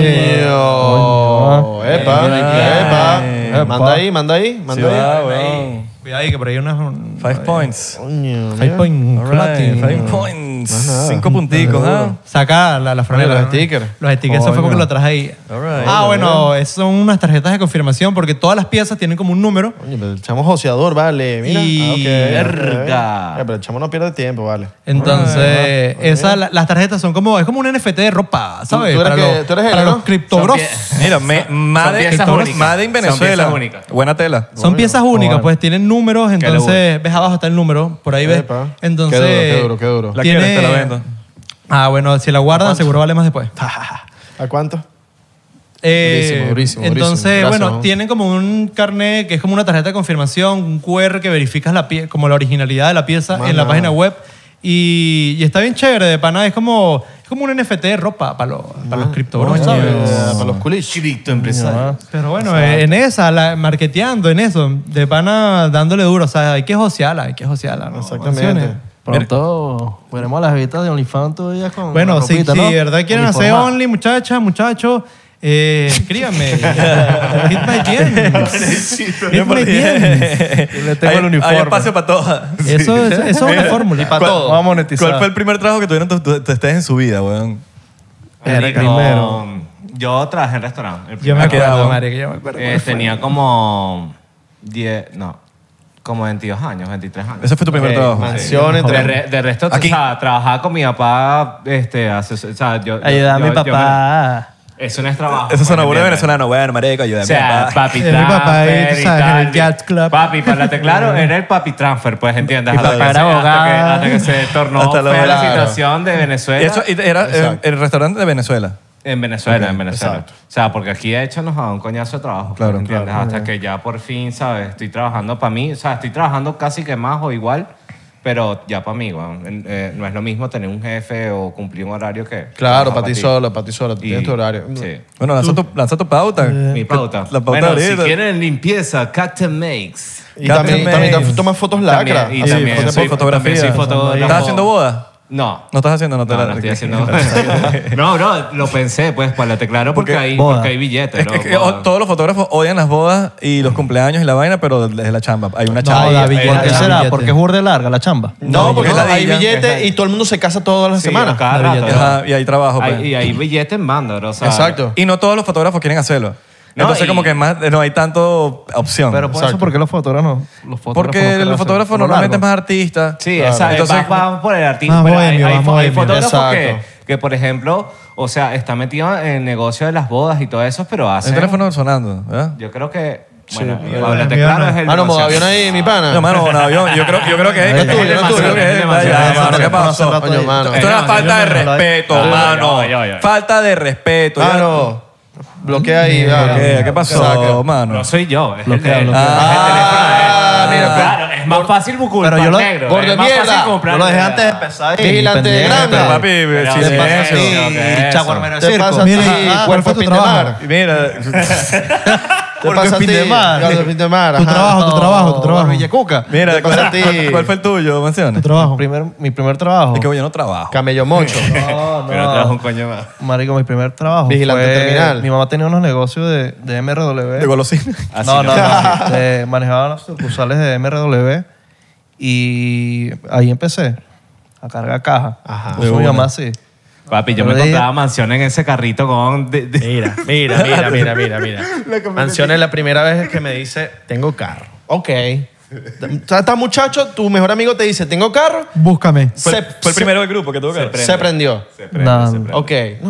Epa, Ay. epa. Manda ahí, manda ahí, Sí, manda ahí. va, weón. Cuidado ahí, que por ahí unas... 5 points. Coño, 5 mira. point All platinum. right, 5 points. Más nada. 5 punticos, ¿ah? Saca la franela. Los ¿no? stickers. Los stickers, eso fue porque lo traje ahí. All right. Bueno, esas son unas tarjetas de confirmación porque todas las piezas tienen como un número. Coño, pero el chamo es joseador, vale. Mira. Y- Verga. Pero el chamo no pierde tiempo, vale. Entonces, las tarjetas son como, es como un NFT de ropa, ¿sabes? tú eres para que- los, tú eres él, para ¿no? los criptobros. Mira, Made piezas únicas. Made in Son Venezuela. piezas únicas. Buena tela. Son piezas únicas, pues tienen números, entonces ves abajo está el número, por ahí ves. Epa. Entonces, Qué duro, qué duro. La tiene- quieres, te la vendo. Bueno, si la guardan, seguro vale más después. ¿A cuánto? Eh, durísimo. Entonces, Gracias, bueno, ¿no? tienen como un carnet que es como una tarjeta de confirmación, un QR que verificas como la originalidad de la pieza en la página web. Y está bien chévere, de pana. Es como un NFT de ropa para los criptobros, ¿sabes? Para los culiches. Chirito empresario. Pero bueno, en esa, marketeando en eso, de pana dándole duro. O sea, hay que josearla, ¿no? Exactamente. Pronto veremos las vistas de OnlyFans todavía con Bueno, la si ropita, de ¿no? verdad quieren hacer Uniformada. Only, muchachos, escríbanme. Hit my DMs. Hit my DMs. Le tengo el uniforme. Hay espacio para todas. Eso es una fórmula. Y para todo. Vamos a monetizar. ¿Cuál fue el primer trabajo que tuvieron ustedes en su vida, weón? Primero. Yo trabajé en restaurante. El Yo me primero. acuerdo, María, que yo me acuerdo. Tenía como 22 años, 23 años. Ese fue tu primer trabajo. Mansión entre... De resto, Aquí. o sea, trabajaba con mi papá, o sea, Ayuda a mi papá. eso no es trabajo. Eso suena pues, burda ¿entiendes? venezolano. Bueno, marico, ayúdame. O sea, papá. papi Mi papá ahí, transfer tú y sabes, en el tal. Jazz Club. Papi, para claro, era el papi transfer, pues, ¿entiendes? Mi papá era abogado. Hasta que se tornó Hasta lo- fea la claro. situación de Venezuela. Y eso era el restaurante de Venezuela. En Venezuela, Ok, en Venezuela. exacto. O sea, porque aquí de hecho nos da un coñazo de trabajo. Claro, ¿entiendes? claro. Hasta que ya por fin, ¿sabes? Estoy trabajando para mí. O sea, estoy trabajando casi que más o igual, pero ya para mí, weón. No es lo mismo tener un jefe o cumplir un horario que... Claro, trabajar para ti solo. Tú Y- tienes tu horario. Sí. Bueno, lanza tu pauta. Mi pauta. La pauta bueno, si ahorita. quieren limpieza, Captain Makes. Y también tomas fotos lacra. También, y Así, también fotos- soy fotografía. también soy fotógrafo. ¿Estás haciendo boda? No. ¿No estás haciendo? No, te No, la- no estoy haciendo. No, bro, lo pensé, pues, para te claro, porque hay billetes, Es ¿no? que Boda. todos los fotógrafos odian las bodas y los cumpleaños y la vaina, pero desde la chamba. Hay una No, chamba. David, ¿Por qué la será? billete. Porque es burde larga la chamba. No, porque porque es hay ladilla. billetes y todo el mundo se casa todas las Sí, semanas. cada La rato, billete. ¿no? Ajá, y hay trabajo. pues. Y hay billetes en banda, bro. O sea, Exacto. Y no todos los fotógrafos quieren hacerlo. No, Entonces y- como que no hay tanto opción. Pero por Exacto. eso, ¿por qué los fotógrafos no? porque el fotógrafo normalmente es más artista. Sí, Claro. exacto. Entonces- Va por el artista. Más Pero bohemio, hay más bohemio. fotógrafos Exacto. que, por ejemplo, o sea, está metido en el negocio de las bodas y todo eso, pero hace... El teléfono sonando, ¿verdad? Yo creo que... Bueno, Sí, háblate mío claro, no. es el Ah, no, demasiado. avión ahí, mi pana. No, mano, un avión. Yo creo que es. No es tuyo, no es tuyo. Yo creo que es. Demasiado, Ya, mano, ¿qué demasiado. pasó? Coño, mano. Esto es una falta de respeto, no, mano. ya. Falta de respeto. ya. Mano, bloquea ahí. ¿Qué? ¿Qué pasó, Saca. mano? No soy yo, es Bloquea, el de él. bloquea. Es el teléfono de él. mira, Claro, es más fácil culpar pero yo lo- negro. gordo de es más mierda. fácil comprar Yo lo dejé negro. antes de empezar. Vigilante de grande. Pero, papi, Pero, silencio. sí, ok, Chaguarmero de Te circo. pasa a ti, Mira, ¿cuál cuerpo fue tu de trabajo? Pintemar. Mira, Te pasa a ti, Pintemar. Carlos Pintemar. Tu ajá. trabajo. Barbilla Cuca. mira, Te pasa a ti. ¿cuál fue el tuyo, Tu Mansiones? trabajo. Mi primer trabajo. Es que yo no trabajo. Camello mocho. No, Pero trabajo un coño más. Marico, mi primer trabajo Vigilante fue... terminal. Mi mamá tenía unos negocios de MRW. De golosina. Así No. Manejaba las sucursales de MRW y ahí empecé a cargar caja. Ajá. Puso mi mamá así. Papi, yo Pero me dije- compraba mansiones en ese carrito con... Mira. Mansión es la primera vez que me dice, tengo carro. Ok. O sea, este muchacho, tu mejor amigo te dice, tengo carro. Búscame. Fue el primero del grupo que tuvo que Se prendió. No. Ok.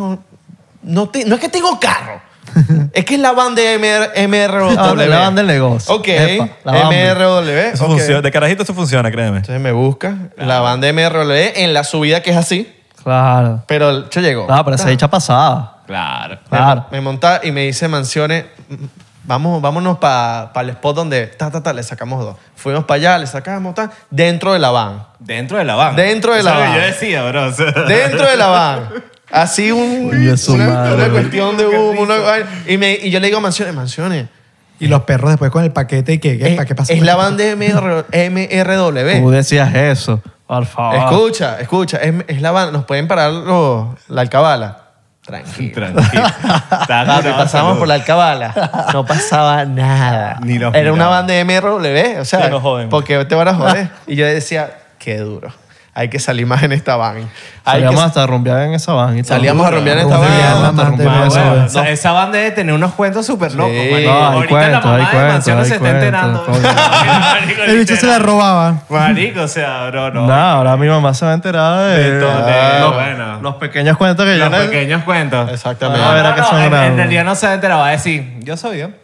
No es que tengo carro. Es que es la van de MRW. La banda del negocio. Ok. Epa, la banda. MRW. Eso ok. funciona. De carajito eso funciona, créeme. Entonces me busca la van de MRW en la subida que es así. Claro. Pero el che llegó. No, pero esa dicha pasada. Claro. Claro. Me monta y me dice Mansiones, vámonos para el spot donde le sacamos dos. Fuimos para allá, le sacamos, dentro de la van. Dentro de la van. Dentro de la Eso es lo van. que yo decía, bro. O sea, Dentro de la van. Así Coño, su una madre. cuestión de humo. Y yo le digo mansiones. Y los perros después con el paquete y ¿qué? ¿Para qué pasó? Es la banda de Tú MRW. decías eso. Por favor. Escucha, es la banda. Nos pueden parar la alcabala. Tranquilo. Tranquilo. Papi, pasamos por la alcabala. No pasaba nada. Ni nos Era una miraban. banda de MRW. O sea, Que nos joden. porque te van a joder. Y yo decía, qué duro. Hay que salir más en esta van. Hay Salíamos que- hasta a rumbear en esa van. y todo. Salíamos a rumbear en esta Rumbear, van. mamá, rumbear, te- eso, O sea, esa banda debe tener unos cuentos súper locos. Sí. marico. No, hay Ahorita la cuentos, mamá hay de cuentos, Mansión hay se está cuentos, enterando. coño. Marico, El bicho se la literal. robaba. Marico, o sea, no. No, ahora mi mamá se va a enterar De todo, los, bueno. los pequeños cuentos que Los yo pequeños cuentos. Exactamente. A ver, ¿a qué son en grados? realidad no se va a enterar, va a decir, yo soy yo.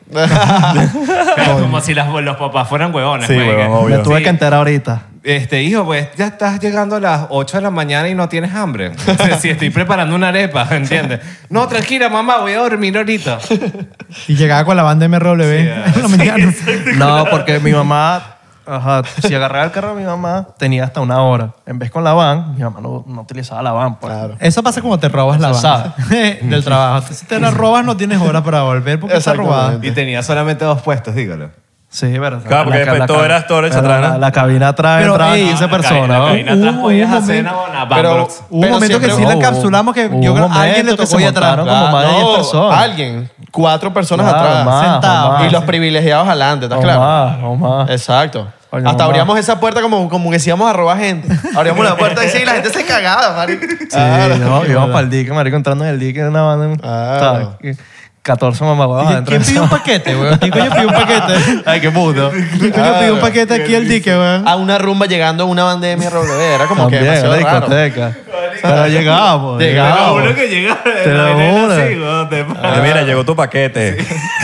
Como si los papás fueran huevones. Sí, pues, huevón, que- obvio. Me tuve Sí. que enterar ahorita. Hijo, pues ya estás llegando a las 8 de la mañana y no tienes hambre. Si estoy preparando una arepa, ¿entiendes? No, tranquila, mamá, voy a dormir ahorita. Y llegaba con la banda MRW en la mañana. No, porque mi mamá, si agarraba el carro de mi mamá, tenía hasta una hora. En vez con la van, mi mamá no utilizaba la van. Pues. Claro. Eso pasa cuando te robas la Se banda del trabajo. Si te la robas no tienes hora para volver porque está Exactamente. robada. Y tenía solamente 2 puestos, dígalo. Sí, verdad. Claro, porque después todo era storage pero atrás, ¿no? La cabina atrás Pero, entraban ey, 15 La personas. ¿no? cabina atrás Hubo podías un hacer momento- una Pero- Bambrox. Hubo un Pero momento que siempre sí la hubo- encapsulamos que hubo yo creo un que a alguien le momento que tocó se ahí atrás. montaron como más de 10 personas. Alguien. 4 personas Claro, atrás. más, sentados. más. Y los privilegiados adelante, ¿estás O claro? más, o más. Exacto. Coño, Hasta mamá. abríamos esa puerta como que si íbamos a robar gente. Abríamos la puerta y sí, la gente se cagaba, marico. Sí, no, íbamos para el dique, marico, entrando en el dique de una banda. Claro. ¿sabes? 14 mamagüevos adentro. ¿Quién pidió un paquete, weón? ¿Quién coño pidió un paquete? Ay, qué puto. ¿Quién coño pidió un paquete aquí al dique, weón? A una rumba llegando una banda de MRW. Era como También, que demasiado una raro. discoteca. Pero llegábamos. Llegaba. Uno que llega Te lo juro. Oye, mira, llegó tu paquete.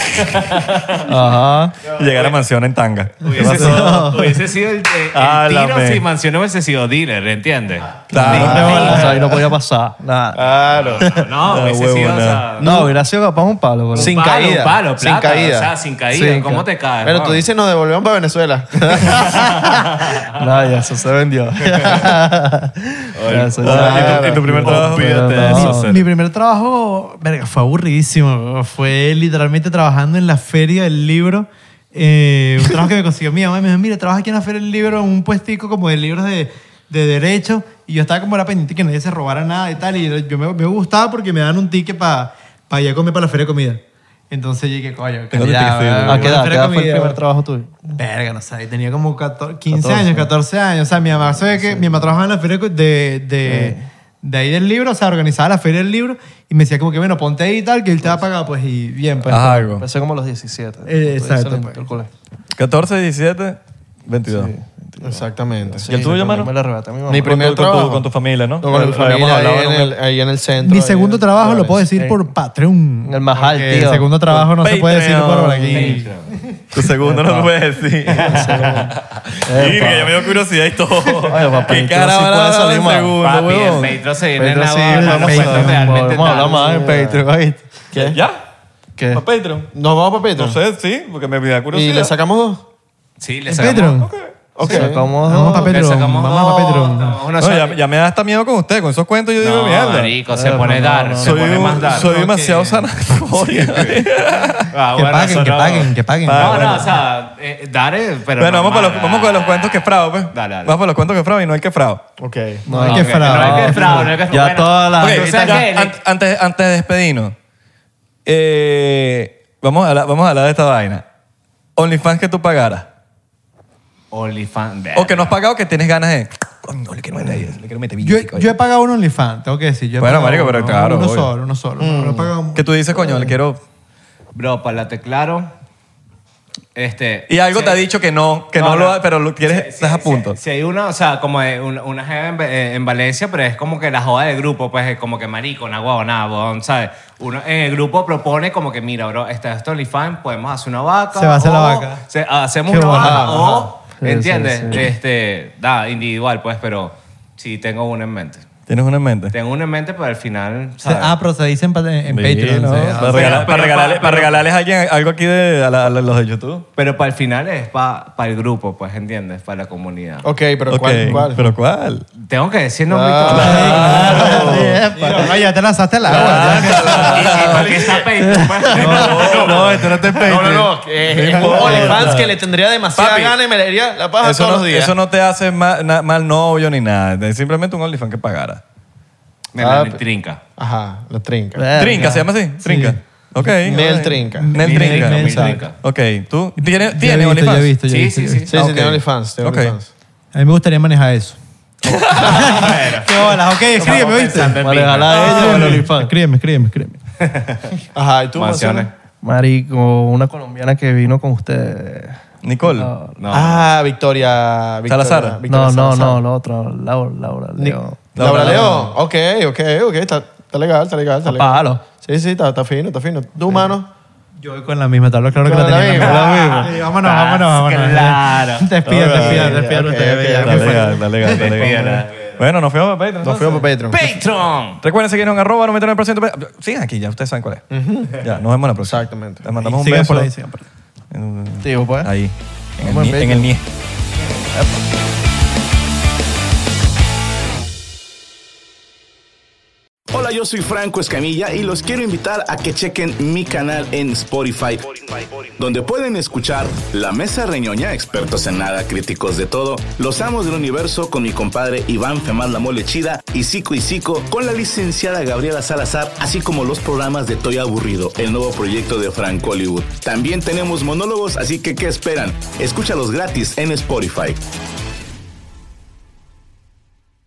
Ajá. Llegar a mansión en tanga. Hubiese sido el Ah, la tiro me. si Mansión hubiese sido dealer, ¿entiendes? Claro. O sea, ahí no podía pasar. Nada. Claro. No, hubiese huevo, sido, o sea, nada. No, hubiera sido capaz un palo. bro. Sin un palo, caída. un palo, Sin plata, caída. O sea, sin caída. Sin ¿Cómo ca- te caes? Pero no? tú dices nos devolvemos para Venezuela. No, ya eso se vendió. Ya, eso ya- ¿Y tu primer trabajo? Pero no. Mi primer trabajo, verga, fue aburridísimo. Fue literalmente trabajando en la feria del libro. Un trabajo que me consiguió mi mamá. Y me dijo, mira, trabaja aquí en la feria del libro, en un puestico como de libros de derecho. Y yo estaba como era pendiente que nadie se robara nada y tal. Y yo me gustaba porque me daban un ticket para ir a comer para la feria de comida. Entonces yo dije, coño, Tengo un ticket, sí, weón, ¿A qué edad? la ¿Qué feria de edad fue el comida, primer weón. trabajo tuyo? Verga, no sé, tenía como 15 14. años, 14 años. O sea, mi mamá sabe que mi mamá trabajaba en la feria de ahí del libro, o sea, organizaba la feria del libro y me decía como que, bueno, ponte ahí y tal, que él te va a pagar, pues, y bien, pues. Haz algo. Empecé como a los 17. Exacto, Salí pues. del colegio. 14, 17, 22. Exactamente. ¿Y el tuyo, mano? Me la arrebaté a mi mamá. Mi primer Con tu- trabajo. con tu familia, ¿no? Con mi Lo habíamos familia hablado, ahí, ¿no? ahí en el centro. Mi ahí segundo en trabajo lo Flores. puedo decir por Patreon. El más alto, Porque tío. El segundo trabajo no se puede decir Patreon. por aquí. Tu segundo no lo puedes decir. Mira, ya me dio curiosidad y todo. Oye, papá, ¿Qué Patreon cara sí habrá puede dado salir el mal. segundo, Papi, huevón? el Patreon se viene en Patreon sí, Navarra, vamos los a cuentos realmente vamos a hablar más en tal. Patreon, ¿oíste? ¿Qué? ¿Ya? ¿Qué? ¿Para Patreon? ¿Nos vamos para No Patreon? sé, sí, porque me da ¿Y curiosidad. le sacamos dos? Sí, le ¿En sacamos. Patreon? Ok. Sacamos Vamos dos. para Le Patreon. sacamos Vamos dos, para Patreon. unos No, chavos- ya me da hasta miedo con usted, con esos cuentos yo digo No, mierda. marico, se pone dar, se Soy, pone más dar. soy No, demasiado que- sanatoria. Ah, Que bueno, paguen, eso que no. paguen, que paguen. Ah, No, bueno. no, o sea, dar, pero Bueno, vamos normal, con los cuentos quebrados, pues. Dale, dale. Vamos con los cuentos quebrados y no el quebrado. Ok. No hay Ok, que No fraude. hay que fraude, no hay que Ya bueno, todas las... Ok, o sea, ya, que- antes de despedirnos, vamos a hablar de esta vaina. OnlyFans que tú pagaras. OnlyFans. O que no has pagado que tienes ganas de... Coño, le quiero meter ahí, le quiero meter Yo, billetico ahí. yo he pagado un OnlyFans, tengo que decir. Yo he Bueno, pagado marico, pero uno, claro, Uno obvio. solo, uno solo. No he pagado... Que tú dices, coño, le quiero... Bro, párate claro. Y algo te ha dicho que no lo pero lo quieres, estás a punto. Si hay una, o sea, como una jeva en Valencia, pero es como que la joda del grupo, pues es como que marico, una guabonada, huevón, ¿sabes? Uno en el grupo propone como que, mira, bro, esto OnlyFans, podemos hacer una vaca. Se va a hacer la o vaca. hacemos Qué una vaca guajada. o, Sí, ¿entiendes? sí, sí. Individual, pues, pero sí tengo una en mente. ¿Tienes una en mente? Tengo uno en mente, pero al final, ¿sabes? Pero se dice en Patreon. Sí, ¿no? sí. Para regalarles a alguien algo aquí a los de YouTube. Pero para el final es para el grupo, pues, ¿entiendes? Para la comunidad. Ok, pero Ok, ¿cuál? ¿Pero cuál? Tengo que decir nombre y todo. No, ya te lanzaste al agua. ¿Y para qué está Patreon, pues? No, esto no te No. Es un OnlyFans que le tendría demasiada Papi, gana y me le daría la paja todos los días. Eso no te hace mal novio ni nada. Es simplemente un OnlyFans que pagara. Me trinca. Ajá, la trinca. Trinca, ¿se llama así? Trinca. Ok. Nel Trinca. Nel Trinca. Nel Exacto. Trinca. Ok. ¿Tú? ¿Tienes Yo he OnlyFans? visto. Sí. Sí, tiene OnlyFans. Tiene Ok. OnlyFans. A mí me gustaría manejar eso. Qué bolas. Ok, escríbeme, ¿viste? Manejarla a ella o el OnlyFans. Escríbeme. Ajá, ¿y tú, Mansiones. Mansiones? Marico, una colombiana que vino con ustedes. Nicole. No. Ah, Victoria. Salazar. No, Salazar. lo otro. Laura León. Laura León. Ok. Está legal. Palo. Sí, está fino. ¿Tú, mano? Yo voy con la misma, tal vez claro que Con la la tenía. misma. Sí, vámonos. Claro. Despídate. Está legal. Bueno, nos fuimos para Patreon. Nos fuimos para Patreon. Patreon. Recuerden seguirnos en @99%. Sigan aquí, ya ustedes saben cuál es. Ya, nos vemos la próxima. Exactamente. Les mandamos un Sigan beso. por ahí, sigan por ahí. Tío, pues. Ahí. Vamos en En el NIE. Hola, yo soy Franco Escamilla y los quiero invitar a que chequen mi canal en Spotify, donde pueden escuchar La Mesa Reñoña, expertos en nada, críticos de todo, Los Amos del Universo con mi compadre Iván Femar La Mole Chida y Cico con la licenciada Gabriela Salazar, así como los programas de Toy Aburrido, el nuevo proyecto de Franco Hollywood. También tenemos monólogos, así que ¿qué esperan? Escúchalos gratis en Spotify.